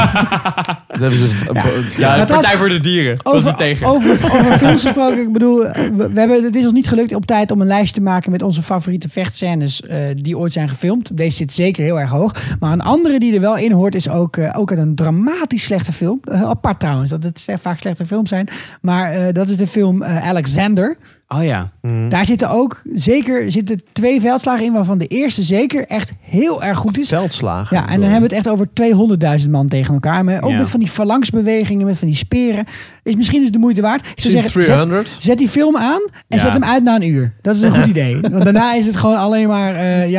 Dat hebben ze... de Partij voor de Dieren. Dat is tegen. Over films gesproken, ik bedoel... Het is ons niet gelukt op tijd om een lijst te maken met onze favoriete vechtscènes die ooit zijn gefilmd. Deze zit zeker heel erg hoog. Maar een andere die er wel in hoort is ook uit een dramatisch slechte film. Apart trouwens, dat het vaak slechte films zijn. Maar dat is de film Alexander. Oh ja. Daar zitten 2 veldslagen in, waarvan de eerste zeker echt heel erg goed is. Veldslagen? Ja, en dan hebben we het echt over 200.000 man tegen elkaar. Maar ook met van die phalanxbewegingen, met van die speren. Misschien is het de moeite waard. Ik zou zeggen, zet die film aan en zet hem uit na een uur. Dat is een goed idee. Want daarna is het gewoon alleen maar...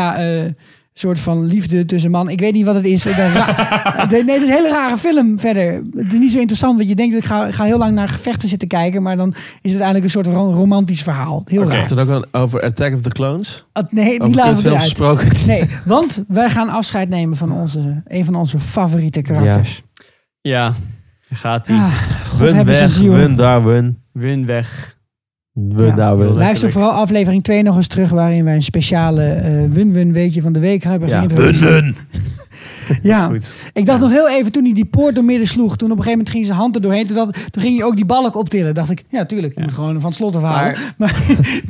soort van liefde tussen man. Ik weet niet wat het is. Nee, het is een hele rare film verder. Het is niet zo interessant, want je denkt dat ik ga heel lang naar gevechten zitten kijken, maar dan is het eigenlijk een soort romantisch verhaal. Heel raar. Heeft het ook over Attack of the Clones? Nee, die laten we eruit. Nee, want wij gaan afscheid nemen van een van onze favoriete karakters. Ja, daar gaat hij. Win weg, win daar, win. Win weg. Luister vooral aflevering 2 nog eens terug, waarin wij een speciale win-win weetje van de week hebben geïntroduceerd. Win-win! Ja, goed. Ik dacht nog heel even toen hij die poort door midden sloeg. Toen op een gegeven moment ging zijn hand er doorheen. Toen ging hij ook die balk optillen. Dacht ik, ja tuurlijk, je moet gewoon van het slot afhalen. Maar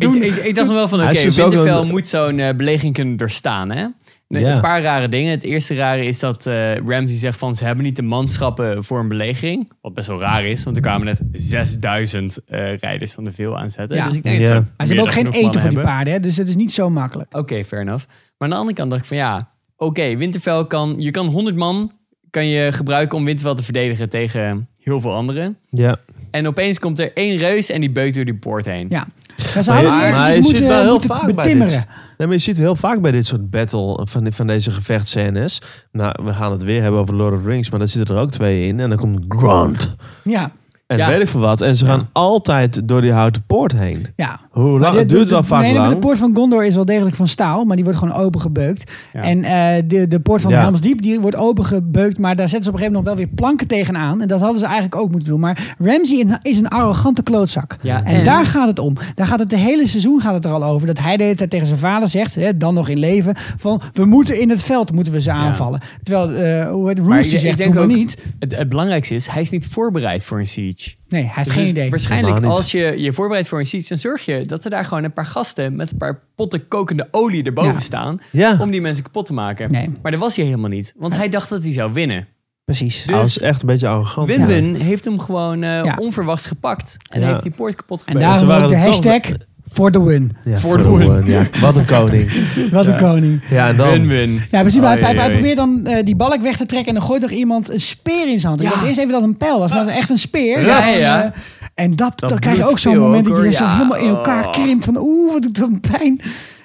ik dacht nog wel van oké, Winterfell moet zo'n beleging kunnen doorstaan, hè? Een paar rare dingen. Het eerste rare is dat Ramsay zegt van ze hebben niet de manschappen voor een belegering. Wat best wel raar is, want er kwamen net 6000 rijders van de Veil aanzetten. Ja. Dus ik denk maar ze hebben ook geen eten voor die paarden, hè? Dus het is niet zo makkelijk. Oké, fair enough. Maar aan de andere kant dacht ik van Winterfell kan 100 man kan je gebruiken om Winterfell te verdedigen tegen heel veel anderen. Ja. En opeens komt er 1 reus en die beukt door die poort heen. Ja. Maar ze hadden eventjes moeten betimmeren. Nee, maar je ziet heel vaak bij dit soort battle van deze gevechtscènes. Nou, we gaan het weer hebben over Lord of the Rings, maar daar zitten er ook 2 in. En dan komt Grunt. Ja. En weet ik veel wat. En ze gaan altijd door die houten poort heen. Ja. Hoe lang? Het duurt wel vaak lang. De poort van Gondor is wel degelijk van staal, maar die wordt gewoon opengebeukt. Ja. En de poort van Helm's Diep, die wordt opengebeukt, maar daar zetten ze op een gegeven moment nog wel weer planken tegenaan. En dat hadden ze eigenlijk ook moeten doen. Maar Ramsay is een arrogante klootzak. Ja, en daar gaat het om. Daar gaat het de hele seizoen gaat het er al over. Dat hij de hele tijd tegen zijn vader zegt, dan nog in leven, van we moeten in het veld moeten we ze aanvallen. Terwijl Roosty zegt, doe maar niet. Het belangrijkste is, hij is niet voorbereid voor een siege. Nee, hij heeft geen idee. Waarschijnlijk als je je voorbereidt voor een siege, dan zorg je dat er daar gewoon een paar gasten met een paar potten kokende olie erboven staan. Ja. Om die mensen kapot te maken. Nee. Maar dat was hij helemaal niet. Want hij dacht dat hij zou winnen. Precies. Dus hij was echt een beetje arrogant. Win-win heeft hem gewoon onverwachts gepakt. En heeft die poort kapot gemaakt. En daarom ook de hashtag for the win. Ja, for the win. Ja. Wat een koning. Wat een koning. Ja, en dan... Win-win. Ja, precies. Hij probeert dan die balk weg te trekken en dan gooit er iemand een speer in zijn hand. Ik dacht eerst even dat het een pijl was, maar echt een speer. Ja. En dan krijg je ook zo'n moment dat je zo helemaal in elkaar krimpt van wat doet dat pijn.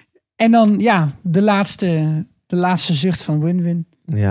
En dan de laatste zucht van Win-win. Ja,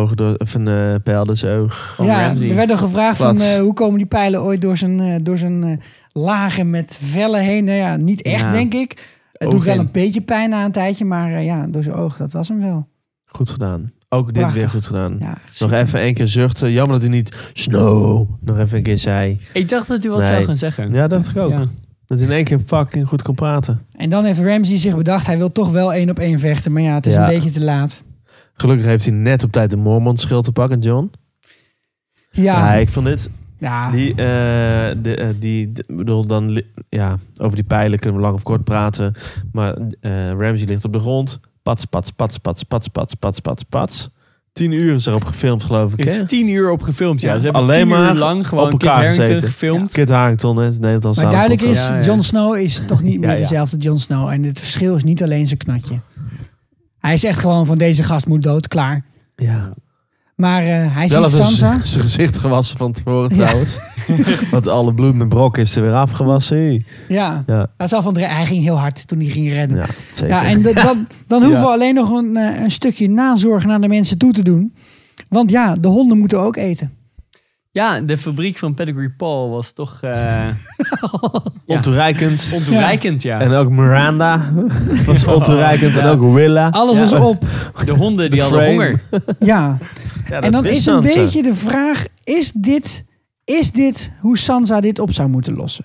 een pijl door zijn oog. Er werd nog gevraagd van hoe komen die pijlen ooit door zijn lagen met vellen heen. Nou ja, niet echt denk ik. Het doet wel een beetje pijn na een tijdje, maar door zijn oog, dat was hem wel. Goed gedaan. Ook dit weer goed gedaan. Ja, nog even 1 keer zuchten. Jammer dat hij niet Snow nog even een keer zei. Ik dacht dat hij wat zou gaan zeggen. Ja, dat dacht ik ook. Ja. Dat hij in 1 keer fucking goed kon praten. En dan heeft Ramsay zich bedacht, hij wil toch wel 1-op-1 vechten. Maar het is een beetje te laat. Gelukkig heeft hij net op tijd de Mormont schild te pakken, John. Ja. Ik vond dit... Ja, bedoel, dan, over die pijlen kunnen we lang of kort praten. Maar Ramsay ligt op de grond. Pats, pats, pats, pats, pats, pats, pats, pats, pats. 10 uur is erop gefilmd, geloof ik. Er is 10 uur op gefilmd, ja. Ze hebben alleen 10 maar uur lang gewoon op Kit elkaar Harington gezeten. gefilmd. Kit Harington, hè. Nederland maar duidelijk is, Ja. Jon Snow is toch niet meer Ja. dezelfde Jon Snow. En het verschil is niet alleen zijn knatje. Hij is echt gewoon van deze gast moet dood, klaar. Ja. Maar hij ziet Zelf Sansa. zijn gezicht gewassen van tevoren trouwens. Want alle bloed met brok is er weer afgewassen. Ja, Ja. hij ging heel hard toen hij ging redden. Ja, zeker. Ja, en dan hoeven we alleen nog een stukje nazorg naar de mensen toe te doen. Want ja, de honden moeten ook eten. Ja, de fabriek van Pedigree Paul was toch Ontoereikend. ontoereikend, ja. En ook Miranda was ontoereikend. En ook Willa. Alles was op. De honden die De hadden frame. honger. Ja. Ja, En dan wist is een Sansa. beetje de vraag, is dit hoe Sansa dit op zou moeten lossen?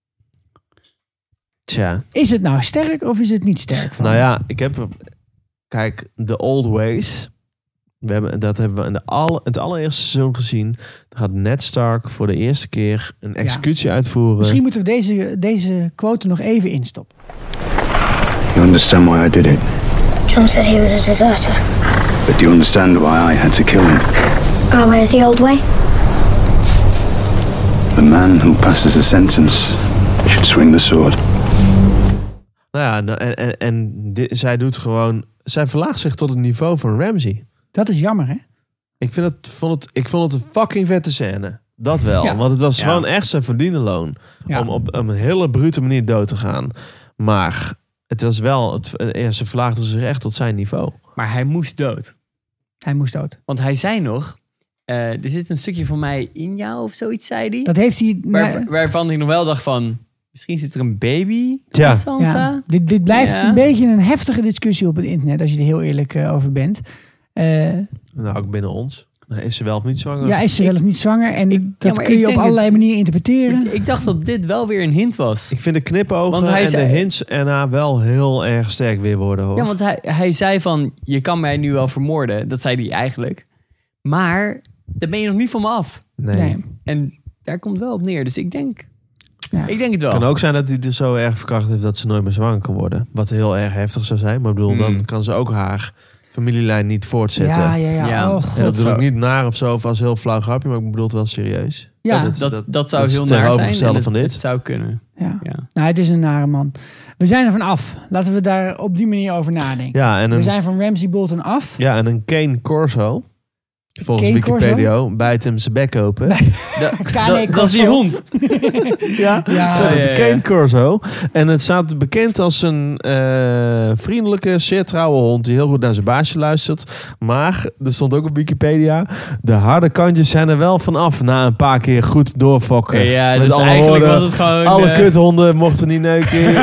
Tja. Is het nou sterk of is het niet sterk? Van Nou ja, kijk, The Old Ways. Dat hebben we in het allereerste seizoen gezien. Dan gaat Ned Stark voor de eerste keer een executie uitvoeren. Misschien moeten we deze quote nog even instoppen. You understand why I did it, Jon said he was a deserter. but do you understand why I had to kill him? Oh, where's the old way? The man who passes the sentence should swing the sword. Nou ja, zij doet gewoon... Zij verlaagt zich tot het niveau van Ramsay. Dat is jammer, hè? Ik vond het een fucking vette scène. Dat wel. Ja. Want het was gewoon echt zijn verdiende loon. Ja. Om op een hele brute manier dood te gaan. Maar het was wel... Ze verlaagde zich echt tot zijn niveau. Maar hij moest dood. Hij moest dood. Want hij zei nog... er zit een stukje van mij in jou of zoiets, zei hij. Dat heeft hij... Waarvan ik nog wel dacht van... Misschien zit er een baby Tja. in Sansa. Ja, dit blijft een beetje een heftige discussie op het internet, als je er heel eerlijk over bent. Nou, ook binnen ons. Is ze wel of niet zwanger? Ja, is ze wel of niet zwanger? En dat maar kun ik je op denk allerlei manieren interpreteren. Ik dacht dat dit wel weer een hint was. Ik vind de knipogen Want hij en zei- de hints erna wel heel erg sterk weer worden, hoor. Ja, want hij zei van... Je kan mij nu wel vermoorden. Dat zei hij eigenlijk. Maar dan ben je nog niet van me af. Nee. En daar komt wel op neer. Dus ik denk... Ja. Ik denk het wel. Het kan ook zijn dat hij er zo erg verkracht heeft dat ze nooit meer zwanger kan worden. Wat heel erg heftig zou zijn. Maar ik bedoel, dan kan ze ook haar familielijn niet voortzetten. Ja. Oh, En god. dat bedoel ik niet naar of zo, of als heel flauw grapje, maar ik bedoel het wel serieus. Ja. Dat zou is heel het naar zijn. tegenovergestelde En van het dit. zou kunnen. Ja. Ja. Nou, het is een nare man. We zijn er van af. Laten we daar op die manier over nadenken. Ja, en We zijn van Ramsay Bolton af. Ja, en een Kane Corso. Volgens Kane Wikipedia bijt hem zijn bek open. Dat is die hond. Ja, Ja. zo, Ja. de Kane Corso. En het staat bekend als een vriendelijke, zeer trouwe hond die heel goed naar zijn baasje luistert. Maar, er stond ook op Wikipedia, de harde kantjes zijn er wel vanaf na een paar keer goed doorfokken. Ja, Met dus andere eigenlijk woorden, was het gewoon... alle kuthonden mochten niet neuken.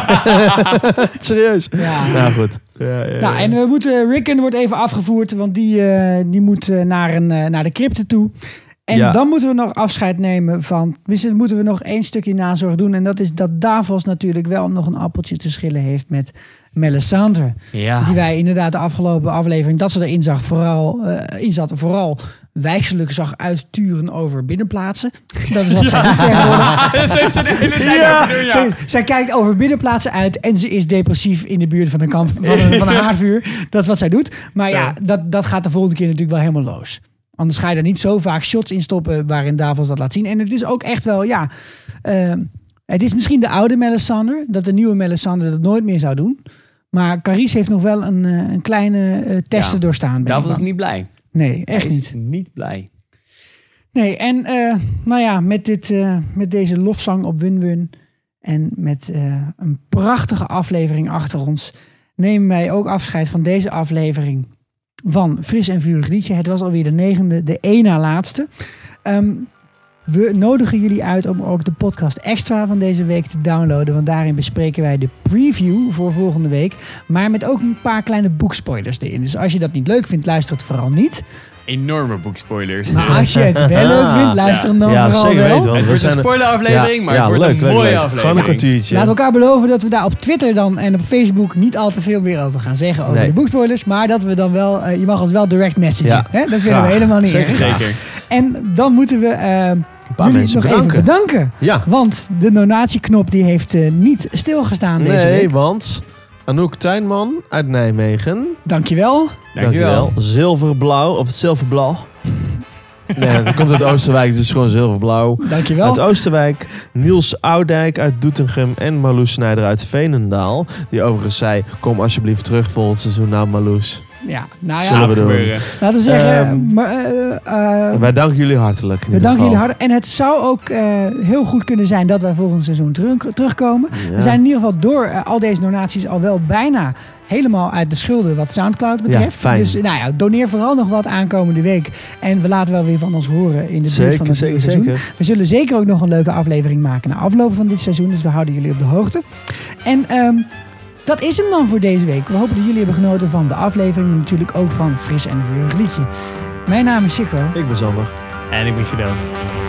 Serieus. Ja. Nou goed. Nou, en we moeten... Rickon wordt even afgevoerd, want die moet naar de crypte toe. En Ja. dan moeten we nog afscheid nemen van... Tenminste, dan moeten we nog één stukje nazorg doen. En dat is dat Davos natuurlijk wel nog een appeltje te schillen heeft met Melisandre. Ja. Die wij inderdaad de afgelopen aflevering, dat ze erin zag, vooral wijselijk zag uitturen over binnenplaatsen. Dat is wat zij doet tegenwoordig. Dat heeft ze de hele tijd aan te doen, ja. Zij kijkt over binnenplaatsen uit en ze is depressief in de buurt van een kamp van een haardvuur. Dat is wat zij doit. Maar ja, dat gaat de volgende keer natuurlijk wel helemaal los. Anders ga je er niet zo vaak shots in stoppen waarin Davos dat laat zien. En het is ook echt wel, het is misschien de oude Melisandre, dat de nieuwe Melisandre dat nooit meer zou doen. Maar Carice heeft nog wel een kleine test te doorstaan. Davos is niet blij. Nee, echt niet. Hij is niet blij. Nee, en met deze lofzang op Wun-Wun en met een prachtige aflevering achter ons, nemen wij ook afscheid van deze aflevering van Fris en Vurig Liedje. Het was alweer de 9e, de één na laatste. We nodigen jullie uit om ook de podcast extra van deze week te downloaden. Want daarin bespreken wij de preview voor volgende week. Maar met ook een paar kleine boekspoilers erin. Dus als je dat niet leuk vindt, luister het vooral niet. Enorme boekspoilers. Maar als je het wel leuk vindt, luister hem dan vooral zeker wel. weten, want Het wordt een spoileraflevering, maar het wordt een mooie aflevering. Gewoon een kwartiertje. Laat elkaar beloven dat we daar op Twitter dan en op Facebook niet al te veel meer over gaan zeggen over de boekspoilers. Maar dat we dan wel, je mag ons wel direct messagen. Ja, Hè? Dat vinden we helemaal niet Zeker. erg. En dan moeten we paar jullie mensen nog even bedanken. Ja. Want de donatieknop die heeft niet stilgestaan deze week. Nee, want Anouk Tuinman uit Nijmegen. Dankjewel. Dankjewel. Zilverblauw, of zilverblauw. Nee, dat komt uit Oosterwijk, dus gewoon zilverblauw. Dankjewel. Uit Oosterwijk, Niels Oudijk uit Doetinchem en Marloes Snijder uit Veenendaal. Die overigens zei, kom alsjeblieft terug volgend seizoen naar Marloes. Ja, nou ja. Zullen we doen. Laten we zeggen... wij danken jullie hartelijk. We danken jullie hartelijk. En het zou ook heel goed kunnen zijn dat wij volgend seizoen terugkomen. Ja. We zijn in ieder geval door al deze donaties al wel bijna helemaal uit de schulden wat Soundcloud betreft. Ja, fijn. Dus nou ja, doneer vooral nog wat aankomende week. En we laten wel weer van ons horen in de buurt van het nieuwe seizoen. Zeker. We zullen zeker ook nog een leuke aflevering maken na afloop van dit seizoen. Dus we houden jullie op de hoogte. En dat is hem dan voor deze week. We hopen dat jullie hebben genoten van de aflevering. En natuurlijk ook van Fris en Vurig Liedje. Mijn naam is Sikko. Ik ben Sander. En ik ben Guido.